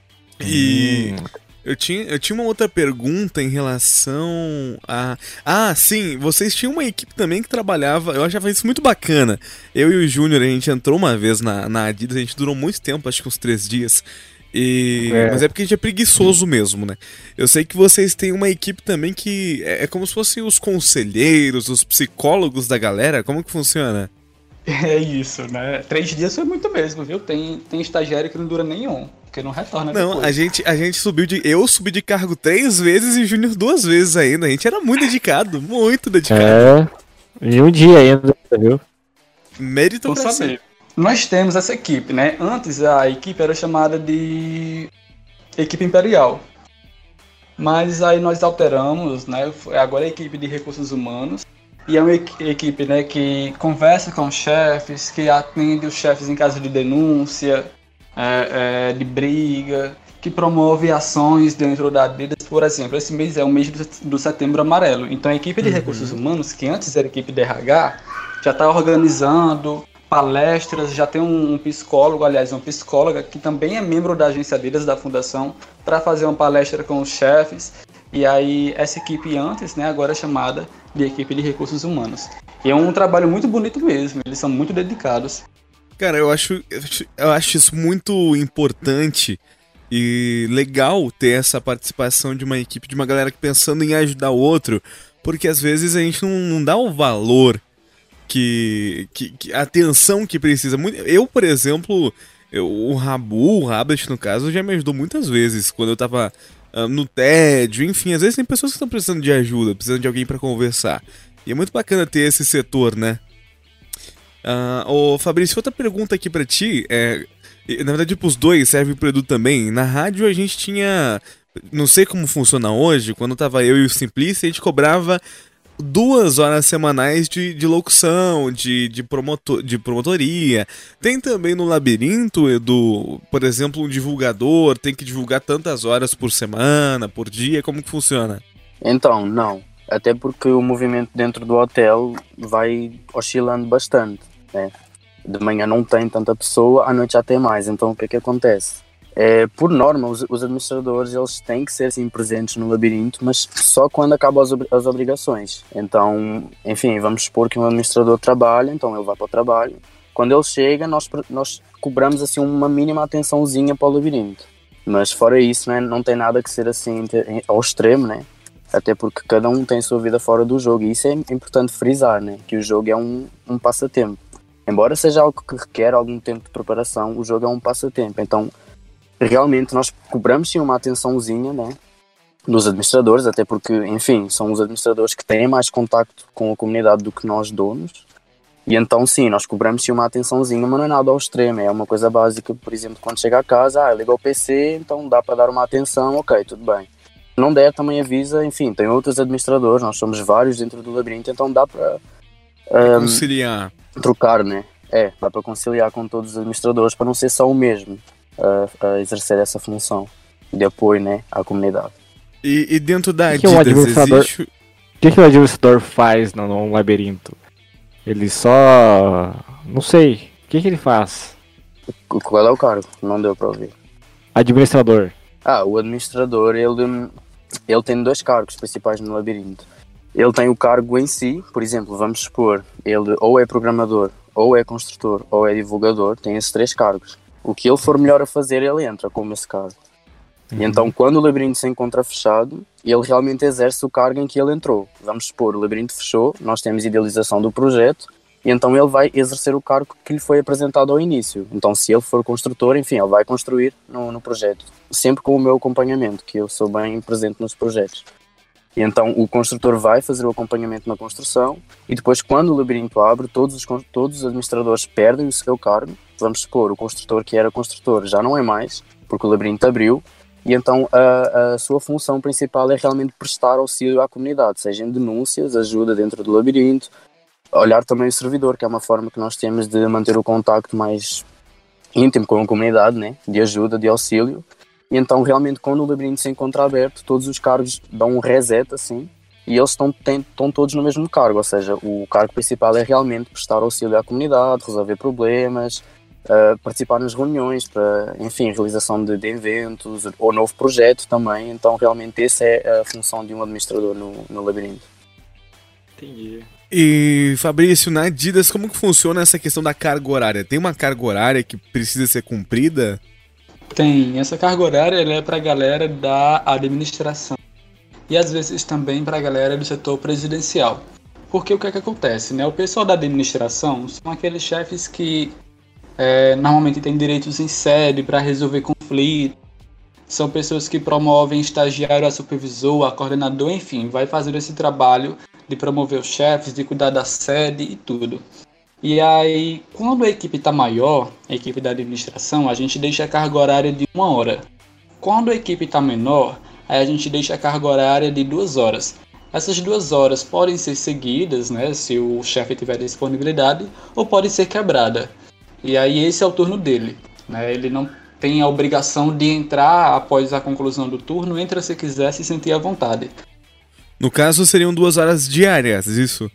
E eu tinha uma outra pergunta em relação a... Ah, sim, vocês tinham uma equipe também que trabalhava... Eu achava isso muito bacana. Eu e o Júnior, a gente entrou uma vez na Adidas, a gente durou muito tempo, acho que uns 3 dias. Mas é porque a gente é preguiçoso mesmo, né? Eu sei que vocês têm uma equipe também que é como se fossem os conselheiros, os psicólogos da galera. Como que funciona?
É isso, né? 3 dias foi muito mesmo, viu? Tem estagiário que não dura nenhum, porque não retorna depois.
Não, a gente subiu eu subi de cargo 3 vezes e o Júnior 2 vezes ainda. A gente era muito dedicado, muito dedicado.
E um dia ainda, viu?
Meritocracia.
Nós temos essa equipe, né? Antes a equipe era chamada de equipe imperial. Mas aí nós alteramos, né? Agora é a equipe de recursos humanos. E é uma equipe, né, que conversa com os chefes, que atende os chefes em caso de denúncia, de briga, que promove ações dentro da Adidas. Por exemplo, esse mês é o mês do Setembro Amarelo. Então a equipe de recursos humanos, que antes era equipe de RH, já está organizando palestras, já tem um psicólogo, aliás, uma psicóloga, que também é membro da agência Adidas, da fundação, para fazer uma palestra com os chefes. E aí essa equipe antes, né, agora é chamada de equipe de recursos humanos. E é um trabalho muito bonito mesmo, eles são muito dedicados.
Cara, eu acho isso muito importante e legal ter essa participação de uma equipe, de uma galera que pensando em ajudar o outro, porque às vezes a gente não dá o valor, a atenção que precisa. Eu, por exemplo, O Rablet, no caso, já me ajudou muitas vezes, quando eu tava no tédio, enfim, às vezes tem pessoas que estão precisando de ajuda, precisando de alguém pra conversar. E é muito bacana ter esse setor, né? Ô Fabrício, outra pergunta aqui pra ti, na verdade pros dois, serve pro Edu também. Na rádio a gente tinha, não sei como funciona hoje, quando tava eu e o Simplice, a gente cobrava 2 horas semanais de locução, de promotoria. Tem também no Labirinto, Edu, por exemplo, um divulgador tem que divulgar tantas horas por semana, por dia, como que funciona?
Então, não. Até porque o movimento dentro do hotel vai oscilando bastante, né? De manhã não tem tanta pessoa, à noite já tem mais. Então o que é que acontece? Por norma, os administradores eles têm que ser assim, presentes no Labirinto, mas só quando acabam as obrigações. Então, enfim, vamos supor que um administrador trabalha, então ele vai para o trabalho. Quando ele chega, nós cobramos assim, uma mínima atençãozinha para o Labirinto. Mas fora isso, né, não tem nada que ser assim ao extremo, né? Até porque cada um tem a sua vida fora do jogo. E isso é importante frisar, né? Que o jogo é um passatempo. Embora seja algo que requer algum tempo de preparação, o jogo é um passatempo. Então, realmente nós cobramos sim uma atençãozinha, né, dos administradores, até porque, enfim, são os administradores que têm mais contacto com a comunidade do que nós donos, e então sim, nós cobramos sim uma atençãozinha, mas não é nada ao extremo, é uma coisa básica. Por exemplo, quando chega a casa, liga o PC, então dá para dar uma atenção, ok, tudo bem. Se não der, também avisa, enfim, tem outros administradores, nós somos vários dentro do Labirinto, então dá para
conciliar.
Trocar, né, dá para conciliar com todos os administradores, para não ser só o mesmo a exercer essa função de apoio, né, à comunidade.
E dentro da
Adidas existe... O que o administrador faz no Labirinto? Ele só... não sei. O que ele faz?
Qual é o cargo? Não deu para ouvir.
Administrador.
O administrador, ele tem 2 cargos principais no Labirinto. Ele tem o cargo em si, por exemplo, vamos supor, ele ou é programador, ou é construtor, ou é divulgador, tem esses 3 cargos. O que ele for melhor a fazer, ele entra como esse cargo. E então, quando o Labirinto se encontra fechado, ele realmente exerce o cargo em que ele entrou. Vamos supor, o Labirinto fechou, nós temos idealização do projeto, e então ele vai exercer o cargo que lhe foi apresentado ao início. Então, se ele for construtor, enfim, ele vai construir no projeto. Sempre com o meu acompanhamento, que eu sou bem presente nos projetos. E então, o construtor vai fazer o acompanhamento na construção, e depois, quando o Labirinto abre, todos os administradores perdem o seu cargo. Vamos supor, o construtor que era construtor já não é mais, porque o Labirinto abriu, e então a sua função principal é realmente prestar auxílio à comunidade, seja em denúncias, ajuda dentro do Labirinto, olhar também o servidor, que é uma forma que nós temos de manter o contacto mais íntimo com a comunidade, né? De ajuda, de auxílio. E então realmente quando o Labirinto se encontra aberto, todos os cargos dão um reset assim, e eles estão todos no mesmo cargo, ou seja, o cargo principal é realmente prestar auxílio à comunidade, resolver problemas, participar nas reuniões para, enfim, realização de eventos ou novo projeto também. Então realmente essa é a função de um administrador no Labirinto.
Entendi.
E Fabrício, na Adidas, como que funciona essa questão da carga horária? Tem uma carga horária que precisa ser cumprida?
Tem, essa carga horária ela é para a galera da administração e às vezes também para a galera do setor presidencial. Porque o que é que acontece, né? O pessoal da administração são aqueles chefes que normalmente têm direitos em sede para resolver conflitos. São pessoas que promovem estagiário a supervisor, a coordenador, enfim, vai fazer esse trabalho de promover os chefes, de cuidar da sede e tudo. E aí, quando a equipe está maior, a equipe da administração, a gente deixa a carga horária de 1 hora. Quando a equipe está menor, aí a gente deixa a carga horária de 2 horas. Essas 2 horas podem ser seguidas, né, se o chefe tiver disponibilidade, ou podem ser quebradas. E aí esse é o turno dele, né? Ele não tem a obrigação de entrar após a conclusão do turno, entra se quiser, se sentir à vontade.
No caso, seriam 2 horas diárias, isso?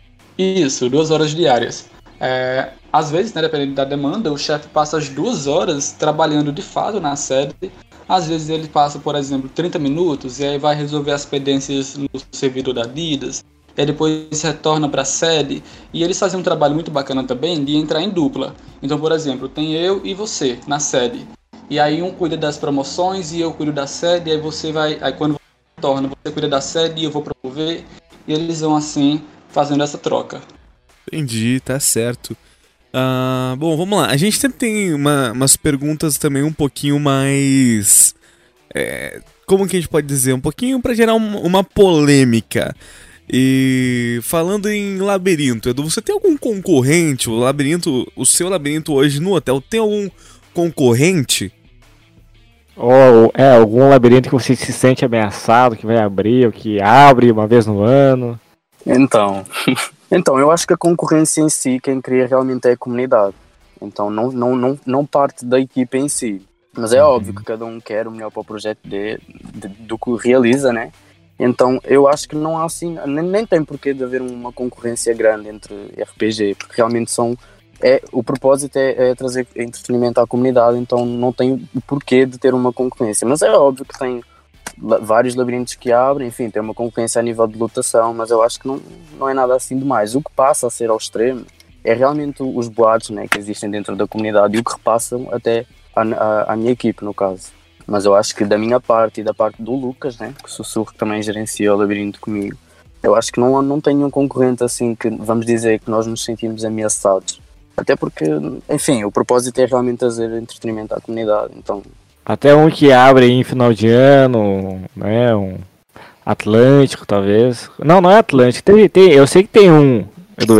Isso, 2 horas diárias. Às vezes, né, dependendo da demanda, o chefe passa as 2 horas trabalhando de fato na sede. Às vezes ele passa, por exemplo, 30 minutos e aí vai resolver as pendências no servidor da Adidas. E aí depois retorna para a sede. E eles fazem um trabalho muito bacana também de entrar em dupla. Então, por exemplo, tem eu e você na sede. E aí um cuida das promoções e eu cuido da sede. E aí você vai... Aí quando você retorna, você cuida da sede e eu vou promover. E eles vão assim, fazendo essa troca.
Entendi, tá certo. Bom, vamos lá. A gente sempre tem umas perguntas também um pouquinho mais... como que a gente pode dizer? Um pouquinho pra gerar uma polêmica. E falando em labirinto, Edu, você tem algum concorrente? O seu labirinto hoje no hotel tem algum concorrente?
Algum labirinto que você se sente ameaçado, que vai abrir, ou que abre uma vez no ano?
Então, eu acho que a concorrência em si, quem cria realmente é a comunidade. Então não parte da equipa em si. Mas é óbvio que cada um quer o melhor para o projeto do que realiza, né? Então eu acho que não há assim, nem tem porquê de haver uma concorrência grande entre RPG, porque realmente o propósito é trazer entretenimento à comunidade, então não tem o porquê de ter uma concorrência. Mas é óbvio que tem vários labirintos que abrem, enfim, tem uma concorrência a nível de lotação, mas eu acho que não é nada assim demais. O que passa a ser ao extremo é realmente os boatos, né, que existem dentro da comunidade e o que repassam até à minha equipe, no caso. Mas eu acho que da minha parte e da parte do Lucas, né, que o Sussurro também gerencia o labirinto comigo, eu acho que não tem nenhum concorrente assim que vamos dizer que nós nos sentimos ameaçados. Até porque, enfim, o propósito é realmente trazer entretenimento à comunidade, então...
Até um que abre em final de ano, né, um Atlântico, talvez. Não é Atlântico, eu sei que tem um, Edu,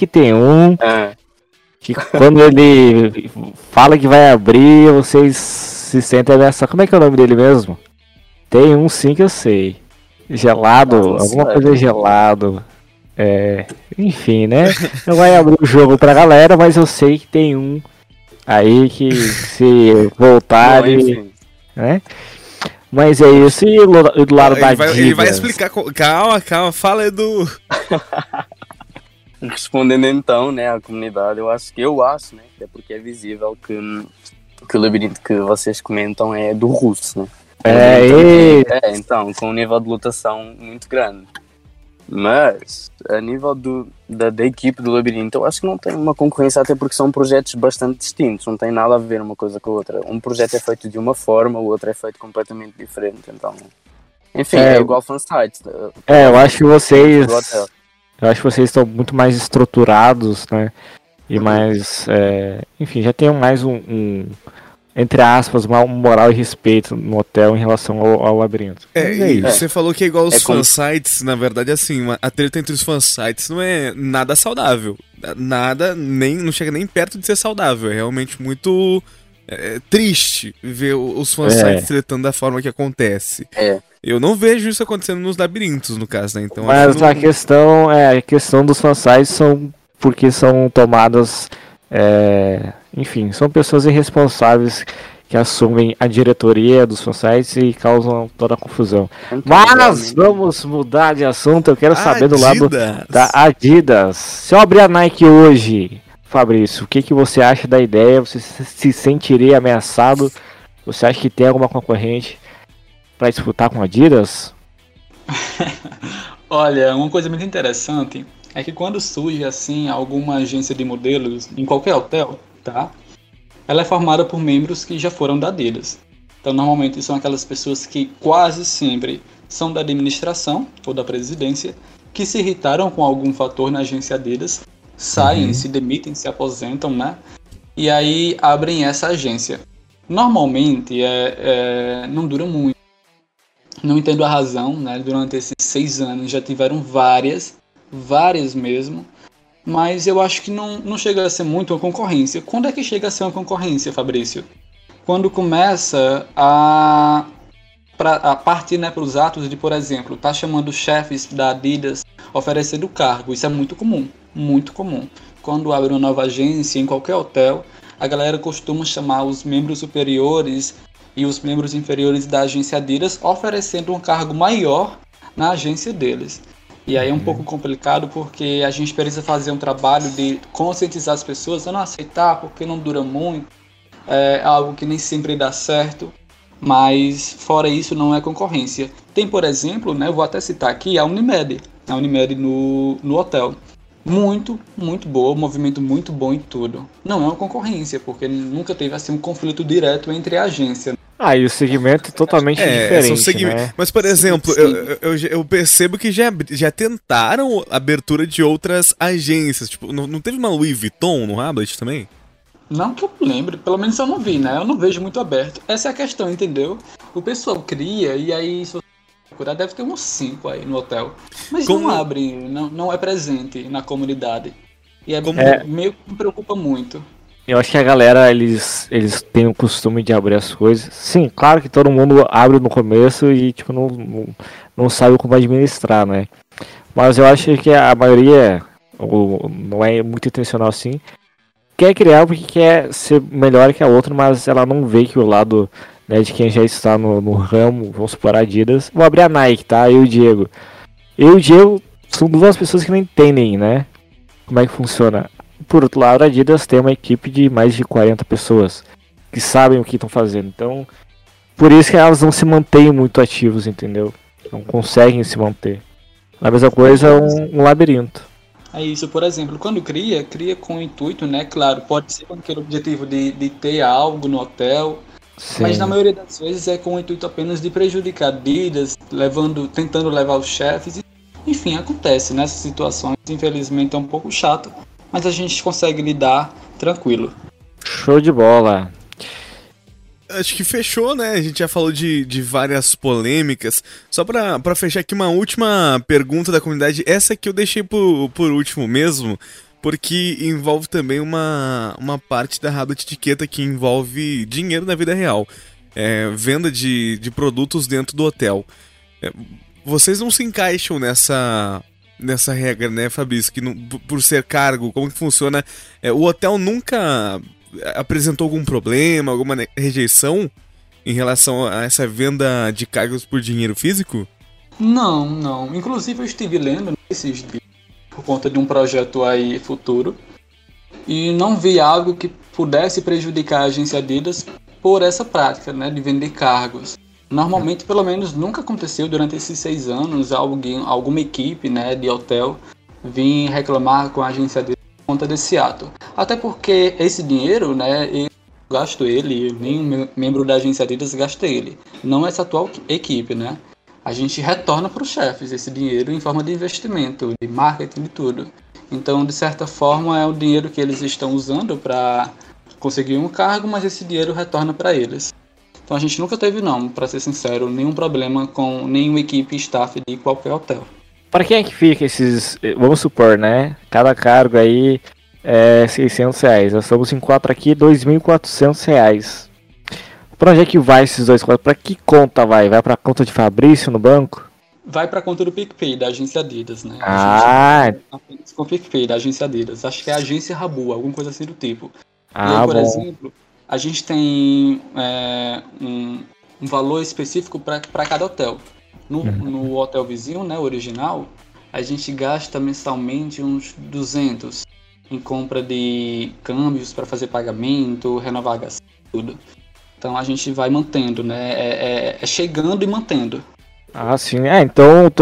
que quando ele fala que vai abrir, vocês se sentem ameaçados. Como é que é o nome dele mesmo? Tem um sim que eu sei. Gelado, alguma coisa gelado. Enfim, né? Não vai abrir o jogo pra galera, mas eu sei que tem um aí que se voltar né? Mas é isso, e do lado da Adidas?
Ele vai explicar, calma, fala, Edu.
Respondendo então, né, à comunidade, eu acho, né, é porque é visível que o labirinto que vocês comentam é do russo, né? Então, com um nível de lotação muito grande. Mas, a nível da equipe do labirinto, eu acho que não tem uma concorrência, até porque são projetos bastante distintos, não tem nada a ver uma coisa com a outra. Um projeto é feito de uma forma, o outro é feito completamente diferente, então... Enfim, é igual fansites.
Eu acho que vocês estão muito mais estruturados, né? E mais... enfim, já tem mais entre aspas, uma moral e respeito no hotel em relação ao labirinto.
Você falou que é igual os fansites, na verdade, assim, a treta entre os fansites não é nada saudável. Nada, não chega nem perto de ser saudável. É realmente muito triste ver os fansites tretando da forma que acontece. Eu não vejo isso acontecendo nos labirintos, no caso, né? Então,
mas a questão dos fansites são porque são tomadas... enfim, são pessoas irresponsáveis que assumem a diretoria dos fansites e causam toda a confusão. Mas vamos mudar de assunto, eu quero saber do lado da Adidas. Se eu abrir a Nike hoje, Fabrício, o que você acha da ideia? Você se sentiria ameaçado? Você acha que tem alguma concorrente para disputar com a Adidas?
Olha, uma coisa muito interessante é que quando surge assim alguma agência de modelos em qualquer hotel, tá? Ela é formada por membros que já foram da Adidas. Então normalmente são aquelas pessoas que quase sempre são da administração ou da presidência, que se irritaram com algum fator na agência Adidas, saem, se demitem, se aposentam, né? E aí abrem essa agência. Normalmente não dura muito. Não entendo a razão, né? Durante esses 6 anos já tiveram várias mesmo, mas eu acho que não chega a ser muito uma concorrência. Quando é que chega a ser uma concorrência, Fabrício? Quando começa a partir, né, para os atos de, por exemplo, tá chamando chefes da Adidas oferecendo cargo. Isso é muito comum, muito comum. Quando abre uma nova agência em qualquer hotel, a galera costuma chamar os membros superiores e os membros inferiores da agência Adidas oferecendo um cargo maior na agência deles. E aí é um pouco complicado porque a gente precisa fazer um trabalho de conscientizar as pessoas a não aceitar porque não dura muito, é algo que nem sempre dá certo, mas fora isso não é concorrência. Tem, por exemplo, né, eu vou até citar aqui a Unimed no hotel. Muito, muito boa, movimento muito bom e tudo. Não é uma concorrência, porque nunca teve assim um conflito direto entre a agência.
Ah, e o segmento é totalmente diferente, né?
Mas, por exemplo, eu percebo que já tentaram a abertura de outras agências. Tipo, não teve uma Louis Vuitton no Rablet também?
Não que eu lembre, pelo menos eu não vi, né? Eu não vejo muito aberto. Essa é a questão, entendeu? O pessoal cria e aí, se você procurar, deve ter uns 5 aí no hotel. Mas não abre, não é presente na comunidade. E meio que me preocupa muito.
Eu acho que a galera, eles têm o costume de abrir as coisas. Sim, claro que todo mundo abre no começo e tipo, não sabe como administrar, né? Mas eu acho que a maioria, não é muito intencional assim, quer criar porque quer ser melhor que a outra, mas ela não vê que o lado, né, de quem já está no ramo, vamos supor, Adidas. Vou abrir a Nike, tá? Eu e o Diego. Eu e o Diego são duas pessoas que não entendem, né? Como é que funciona. Por outro lado, a Adidas tem uma equipe de mais de 40 pessoas que sabem o que estão fazendo. Então, por isso que elas não se mantêm muito ativos, entendeu? Não conseguem se manter. A mesma coisa é um labirinto.
É isso, por exemplo, quando cria com o intuito, né? Claro, pode ser com aquele objetivo de ter algo no hotel, sim, mas na maioria das vezes é com o intuito apenas de prejudicar Adidas, tentando levar os chefes. Enfim, acontece nessas situações, infelizmente é um pouco chato, mas a gente consegue lidar tranquilo.
Show de bola!
Acho que fechou, né? A gente já falou de várias polêmicas. Só pra fechar aqui uma última pergunta da comunidade. Essa que eu deixei por último mesmo, porque envolve também uma parte da Rablet Etiqueta que envolve dinheiro na vida real. Venda de produtos dentro do hotel. Vocês não se encaixam nessa regra, né, Fabrício? Que por ser cargo, como que funciona? O hotel nunca apresentou algum problema, alguma rejeição em relação a essa venda de cargos por dinheiro físico?
Não. Inclusive eu estive lendo esses dias por conta de um projeto aí futuro e não vi algo que pudesse prejudicar a agência Adidas por essa prática, né, de vender cargos. Normalmente, pelo menos, nunca aconteceu durante esses 6 anos alguma equipe, né, de hotel vir reclamar com a agência Adidas por conta desse ato. Até porque esse dinheiro, né, eu gasto ele, nenhum membro da agência Adidas gasta ele. Não essa atual equipe, né? A gente retorna para os chefes esse dinheiro em forma de investimento, de marketing, de tudo. Então, de certa forma, é o dinheiro que eles estão usando para conseguir um cargo, mas esse dinheiro retorna para eles. Então a gente nunca teve, para ser sincero, nenhum problema com nenhuma equipe staff de qualquer hotel.
Para quem é que fica esses, vamos supor, né? Cada cargo aí é R$600. Nós estamos em 4 aqui, R$2.400. Para onde é que vai esses 2 quadros? Para que conta vai? Vai para a conta de Fabrício no banco?
Vai para a conta do PicPay, da agência Adidas, né? Apenas com o PicPay, da agência Adidas. Acho que é a agência Rabu, alguma coisa assim do tipo. E aí, por exemplo, a gente tem um valor específico para cada hotel. No hotel vizinho, né, original, a gente gasta mensalmente uns 200 em compra de câmbios para fazer pagamento, renovar gás, tudo. Então a gente vai mantendo, né? É chegando e mantendo.
Ah, sim. Então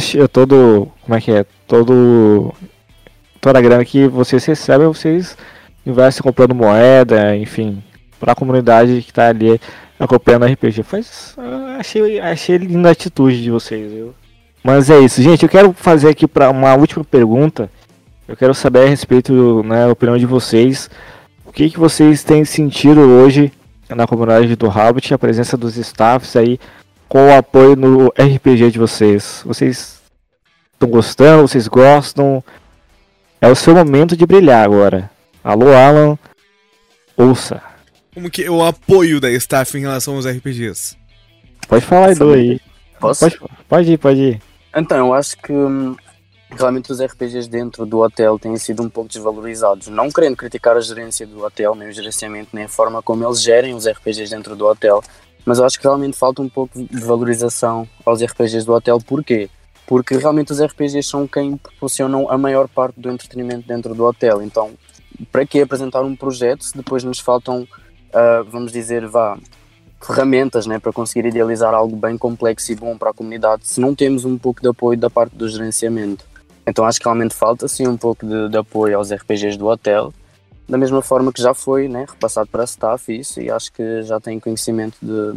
toda a grana que vocês recebem, vocês investem comprando moeda, enfim, para a comunidade que está ali acompanhando a RPG. Achei linda a atitude de vocês, viu? Mas é isso, gente. Eu quero fazer aqui para uma última pergunta. Eu quero saber a respeito, né, da opinião de vocês. O que vocês têm sentido hoje na comunidade do Rablet, a presença dos staffs aí, com o apoio no RPG de vocês? Vocês estão gostando? Vocês gostam? É o seu momento de brilhar agora. Alô, Alan. Ouça.
Como que é o apoio da staff em relação aos RPGs?
Pode falar, Edu, aí.
Posso?
Pode ir.
Então, eu acho que realmente os RPGs dentro do hotel têm sido um pouco desvalorizados. Não querendo criticar a gerência do hotel, nem o gerenciamento, nem a forma como eles gerem os RPGs dentro do hotel, mas eu acho que realmente falta um pouco de valorização aos RPGs do hotel. Porquê? Porque realmente os RPGs são quem proporcionam a maior parte do entretenimento dentro do hotel. Então, para que apresentar um projeto se depois nos faltam, vamos dizer, ferramentas, né, para conseguir idealizar algo bem complexo e bom para a comunidade, se não temos um pouco de apoio da parte do gerenciamento? Então acho que realmente falta sim um pouco de apoio aos RPGs do hotel, da mesma forma que já foi, né, repassado para a staff isso, e acho que já tem conhecimento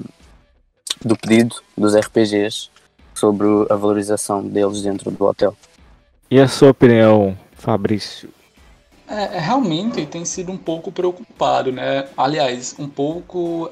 do pedido dos RPGs sobre a valorização deles dentro do hotel.
E a sua opinião, Fabrício?
Realmente tem sido um pouco preocupado, né? Aliás, um pouco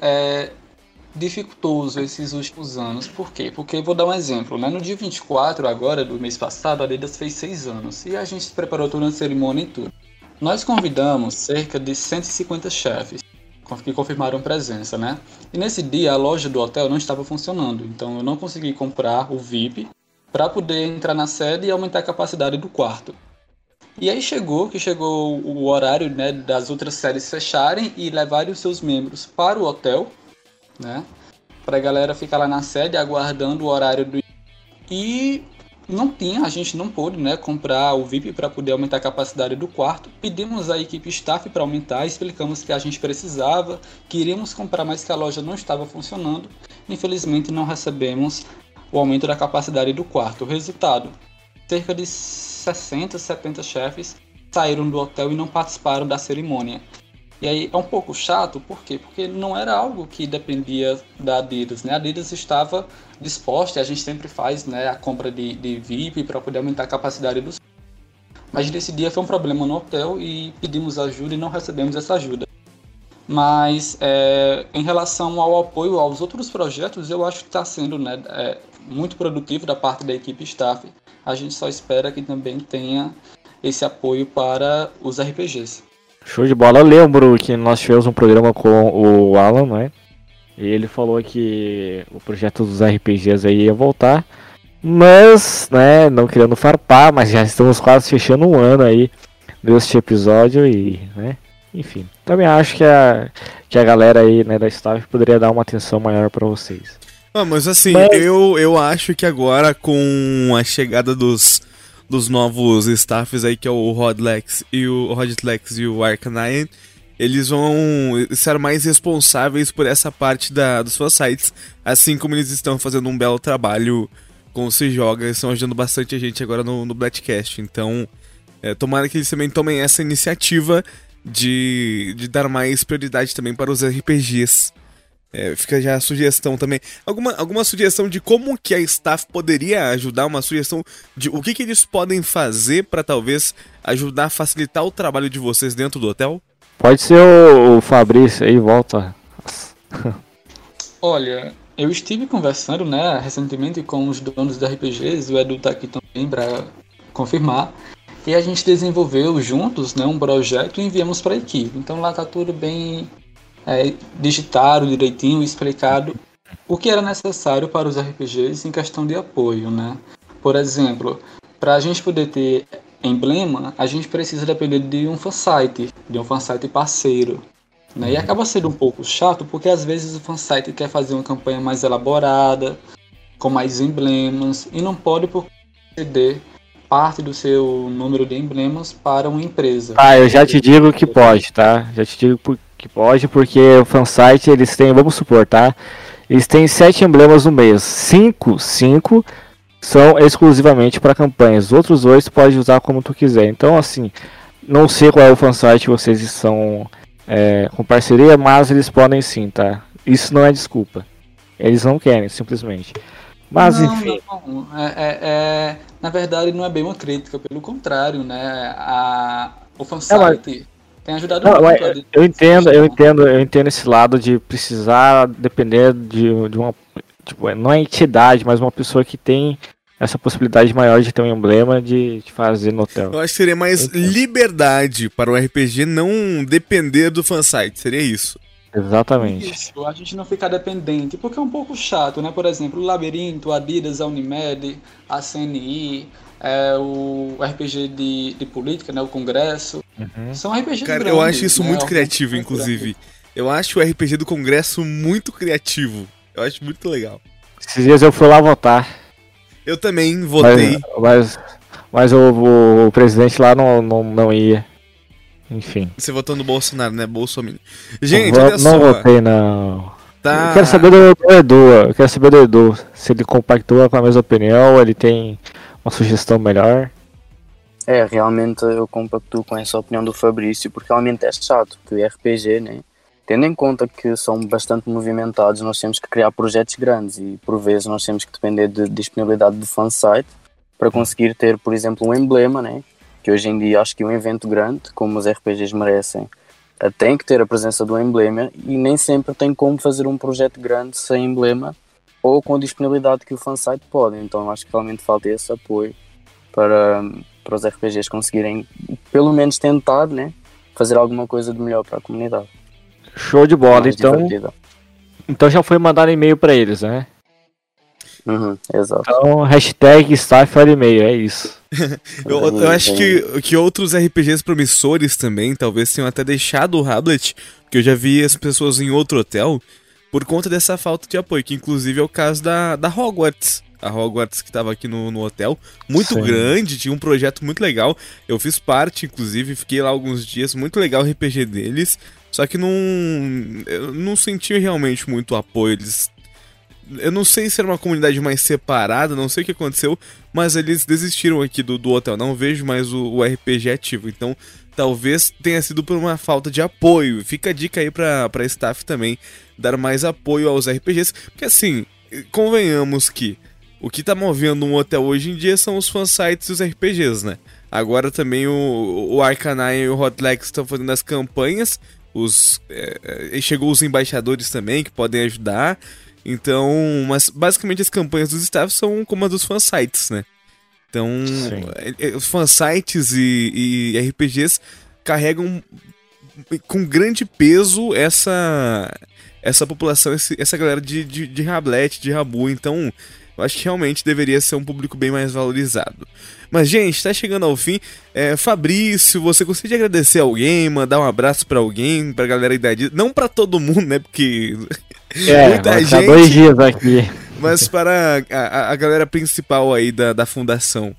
dificultoso esses últimos anos. Por quê? Porque vou dar um exemplo, né? No dia 24 agora do mês passado, a Adidas fez 6 anos e a gente preparou toda a cerimônia e tudo. Nós convidamos cerca de 150 chefes que confirmaram presença, né? E nesse dia a loja do hotel não estava funcionando, então eu não consegui comprar o VIP para poder entrar na sede e aumentar a capacidade do quarto. E aí chegou o horário, né, das outras séries fecharem e levarem os seus membros para o hotel, né, para a galera ficar lá na sede aguardando o horário do... E a gente não pôde, né, comprar o VIP para poder aumentar a capacidade do quarto. Pedimos à equipe staff para aumentar, explicamos que a gente precisava, queríamos comprar, mas que a loja não estava funcionando. Infelizmente não recebemos o aumento da capacidade do quarto. O resultado, cerca de 60, 70 chefes saíram do hotel e não participaram da cerimônia. E aí é um pouco chato, por quê? Porque não era algo que dependia da Adidas, né? A Adidas estava disposta, e a gente sempre faz, né, a compra de VIP para poder aumentar a capacidade dos... Mas nesse dia foi um problema no hotel e pedimos ajuda e não recebemos essa ajuda. Mas em relação ao apoio aos outros projetos, eu acho que está sendo, né, muito produtivo da parte da equipe staff. A gente só espera que também tenha esse apoio para os RPGs.
Show de bola. Eu lembro que nós tivemos um programa com o Alan, né? E ele falou que o projeto dos RPGs aí ia voltar. Mas, né, não querendo farpar, mas já estamos quase fechando um ano aí deste episódio e, né, enfim. Também acho que a galera aí, né, da staff poderia dar uma atenção maior para vocês.
Mas assim, eu acho que agora com a chegada dos novos staffs aí, que é o Rodlex e o Arcanine, eles vão ser mais responsáveis por essa parte dos fansites, assim como eles estão fazendo um belo trabalho com o Se Joga, estão ajudando bastante a gente agora no Bladcast. Então, tomara que eles também tomem essa iniciativa de dar mais prioridade também para os RPGs. Fica já a sugestão também. Alguma sugestão de como que a staff poderia ajudar? Uma sugestão de o que eles podem fazer para talvez ajudar a facilitar o trabalho de vocês dentro do hotel?
Pode ser o Fabrício aí, volta.
Olha, eu estive conversando, né, recentemente com os donos da RPGs, o Edu tá aqui também para confirmar. E a gente desenvolveu juntos, né, um projeto e enviamos para a equipe. Então lá tá tudo bem... digitado direitinho, explicado o que era necessário para os RPGs em questão de apoio, né? Por exemplo, para a gente poder ter emblema, a gente precisa depender de um fansite parceiro, né? E acaba sendo um pouco chato, porque às vezes o fansite quer fazer uma campanha mais elaborada, com mais emblemas, e não pode ceder parte do seu número de emblemas para uma empresa.
Eu já te digo que pode, tá? Já te digo que pode, porque o fansite, eles têm, vamos supor, tá? Eles têm 7 emblemas no mês. 5 são exclusivamente para campanhas. Os outros 2 tu pode usar como tu quiser. Então, assim, não sei qual é o fansite que vocês estão com parceria, mas eles podem sim, tá? Isso não é desculpa. Eles não querem, simplesmente. Mas, enfim...
Não. Na verdade, não é bem uma crítica, pelo contrário, né? O fansite... tem ajudado muito.
Eu entendo esse lado de precisar depender de uma, tipo, não é entidade, mas uma pessoa que tem essa possibilidade maior de ter um emblema de fazer no hotel.
Eu acho que seria mais liberdade para o RPG não depender do fansite, seria isso.
Exatamente.
Isso, a gente não ficar dependente, porque é um pouco chato, né? Por exemplo, o Labirinto, a Adidas, a Unimed, a CNI... o RPG de política, né, o Congresso. São RPGs
Cara,
grandes,
eu acho isso, né, muito criativo,
muito
inclusive.
grande.
Eu acho o RPG do Congresso muito criativo. Eu acho muito legal.
Esses dias eu fui lá votar.
Eu também votei.
Mas o presidente lá não ia. Enfim.
Você votou no Bolsonaro, né? Bolsonaro. Gente, olha só.
Não votei, não.
Tá.
Eu quero saber do Edu. Se ele compactua com a mesma opinião, ele tem uma sugestão melhor.
Realmente eu compactuo com essa opinião do Fabrício, porque realmente é chato, que o RPG, né? Tendo em conta que são bastante movimentados, nós temos que criar projetos grandes e por vezes nós temos que depender de disponibilidade de fansite para conseguir ter, por exemplo, um emblema, né? Que hoje em dia acho que um evento grande, como os RPGs merecem, tem que ter a presença do emblema e nem sempre tem como fazer um projeto grande sem emblema ou com a disponibilidade que o fansite pode. Então acho que realmente falta esse apoio para os RPGs conseguirem, pelo menos tentar, né? Fazer alguma coisa de melhor para a comunidade.
Show de bola,
Mais divertida.
então já foi mandado e-mail pra eles, né?
Exato.
Então, hashtag staff olha e-mail, é isso.
Eu acho que outros RPGs promissores também, talvez tenham até deixado o Hablet, porque eu já vi as pessoas em outro hotel, por conta dessa falta de apoio, que inclusive é o caso da Hogwarts. A Hogwarts que estava aqui no hotel, muito grande, tinha um projeto muito legal. Eu fiz parte, inclusive, fiquei lá alguns dias, muito legal o RPG deles. Só que eu não senti realmente muito apoio. Eu não sei se era uma comunidade mais separada, não sei o que aconteceu, mas eles desistiram aqui do hotel. Não vejo mais o RPG ativo. Então, talvez tenha sido por uma falta de apoio. Fica a dica aí pra staff também, dar mais apoio aos RPGs. Porque assim, convenhamos que o que tá movendo um hotel hoje em dia são os fansites e os RPGs, né? Agora também o Arcanine e o Hotlex estão fazendo as campanhas. Chegou os embaixadores também que podem ajudar. Então, mas basicamente as campanhas dos staffs são como as dos fansites, né? Então, os fansites e RPGs carregam com grande peso essa população, essa galera de Hablet, de Rabu. Então, eu acho que realmente deveria ser um público bem mais valorizado. Mas, gente, tá chegando ao fim. Fabrício, você gostaria de agradecer alguém, mandar um abraço pra alguém, pra galera da Adidas? Não pra todo mundo, né? Porque muita gente. Tá
2 dias aqui.
Mas para a galera principal aí da fundação.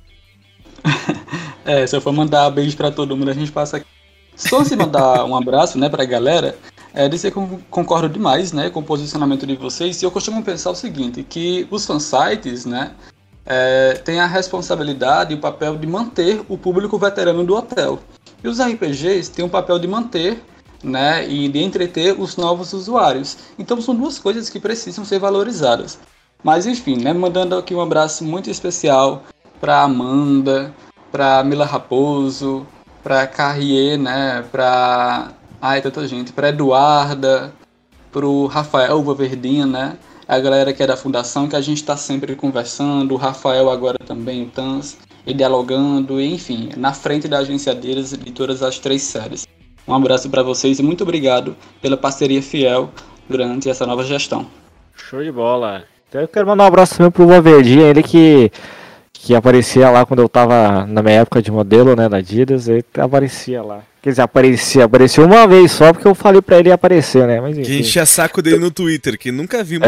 Se eu for mandar beijo pra todo mundo, a gente passa aqui. Só se mandar um abraço, né, pra galera, dizer que eu concordo demais, né, com o posicionamento de vocês. E eu costumo pensar o seguinte, que os fansites, né, têm a responsabilidade e o papel de manter o público veterano do hotel. E os RPGs têm o papel de manter, né, e de entreter os novos usuários. Então são duas coisas que precisam ser valorizadas. Mas enfim, né, mandando aqui um abraço muito especial para Amanda, para Mila Raposo, para Carrier, né, para tanta gente, para Eduarda, pro Rafael Valverdinha, né, a galera que é da fundação, que a gente está sempre conversando, o Rafael agora também, o Tans, e dialogando, enfim, na frente da agência deles de todas as 3 séries. Um abraço para vocês e muito obrigado pela parceria fiel durante essa nova gestão.
Show de bola. Então eu quero mandar um abraço também pro Valverdinha, ele que aparecia lá quando eu tava na minha época de modelo, né, da Adidas, ele aparecia lá. Quer dizer, apareceu uma vez só porque eu falei pra ele aparecer, né, mas enfim.
Que enchia saco dele no Twitter, que nunca vimos.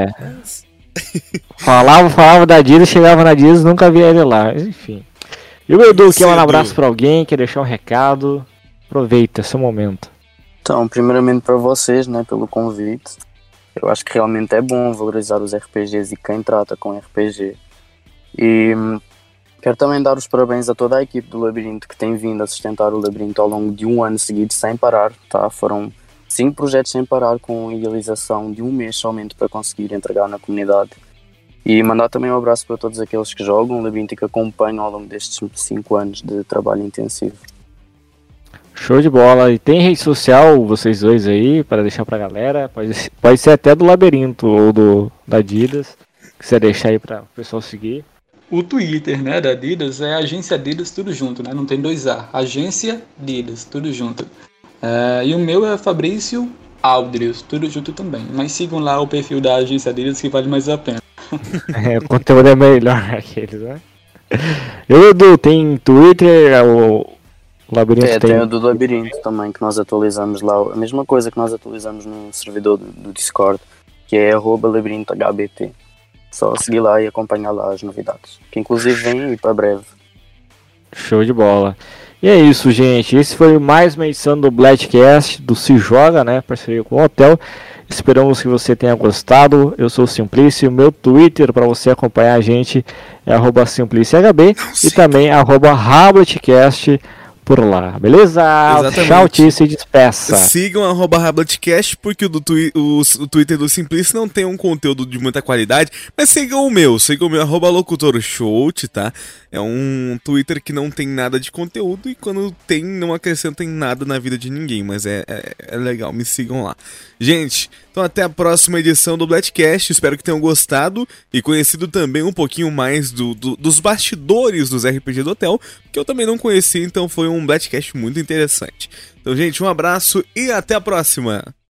Falava da Adidas, chegava na Adidas, nunca via ele lá, mas enfim. E o Edu, quer mandar um abraço pra alguém, quer deixar um recado? Aproveita seu momento.
Então, primeiramente para vocês, né, pelo convite. Eu acho que realmente é bom valorizar os RPGs e quem trata com RPG. E quero também dar os parabéns a toda a equipe do Labirinto que tem vindo a sustentar o Labirinto ao longo de 1 ano seguido sem parar, tá? Foram 5 projetos sem parar, com a idealização de 1 mês somente para conseguir entregar na comunidade. E mandar também um abraço para todos aqueles que jogam o Labirinto e que acompanham ao longo destes 5 anos de trabalho intensivo.
Show de bola. E tem rede social, vocês dois aí, para deixar pra galera? Pode ser até do Labirinto ou da Adidas. Que você deixar aí para o pessoal seguir.
O Twitter, né, da Adidas é Agência Adidas tudo junto, né? Não tem 2A. Agência Adidas, tudo junto. E o meu é Fabrício Aldrius, tudo junto também. Mas sigam lá o perfil da Agência Adidas que vale mais a pena.
O conteúdo é melhor aqueles, né? Eu, Edu, tem Twitter, o Labirinto
tem o do Labirinto também, que nós atualizamos lá. A mesma coisa que nós atualizamos no servidor do Discord, que é @labirintohbt. Só seguir lá e acompanhar lá as novidades, que inclusive vem aí para breve.
Show de bola. E é isso, gente. Esse foi mais uma edição do Bladcast, do Se Joga, né? Parceria com o Hotel. Esperamos que você tenha gostado. Eu sou o Simplice. O meu Twitter para você acompanhar a gente é @SimpliceHB e também @Rabletcast por lá, beleza?
Exatamente.
Tchau, Ti, se despeça.
Sigam @Rabletcast, porque o Twitter do Simplice não tem um conteúdo de muita qualidade, mas sigam o meu @LocutorShout, tá? É um Twitter que não tem nada de conteúdo e quando tem, não acrescenta em nada na vida de ninguém, mas é legal, me sigam lá. Gente, então até a próxima edição do Bladcast, espero que tenham gostado e conhecido também um pouquinho mais dos bastidores dos RPG do Hotel, que eu também não conhecia, então foi um Bladcast muito interessante. Então, gente, um abraço e até a próxima!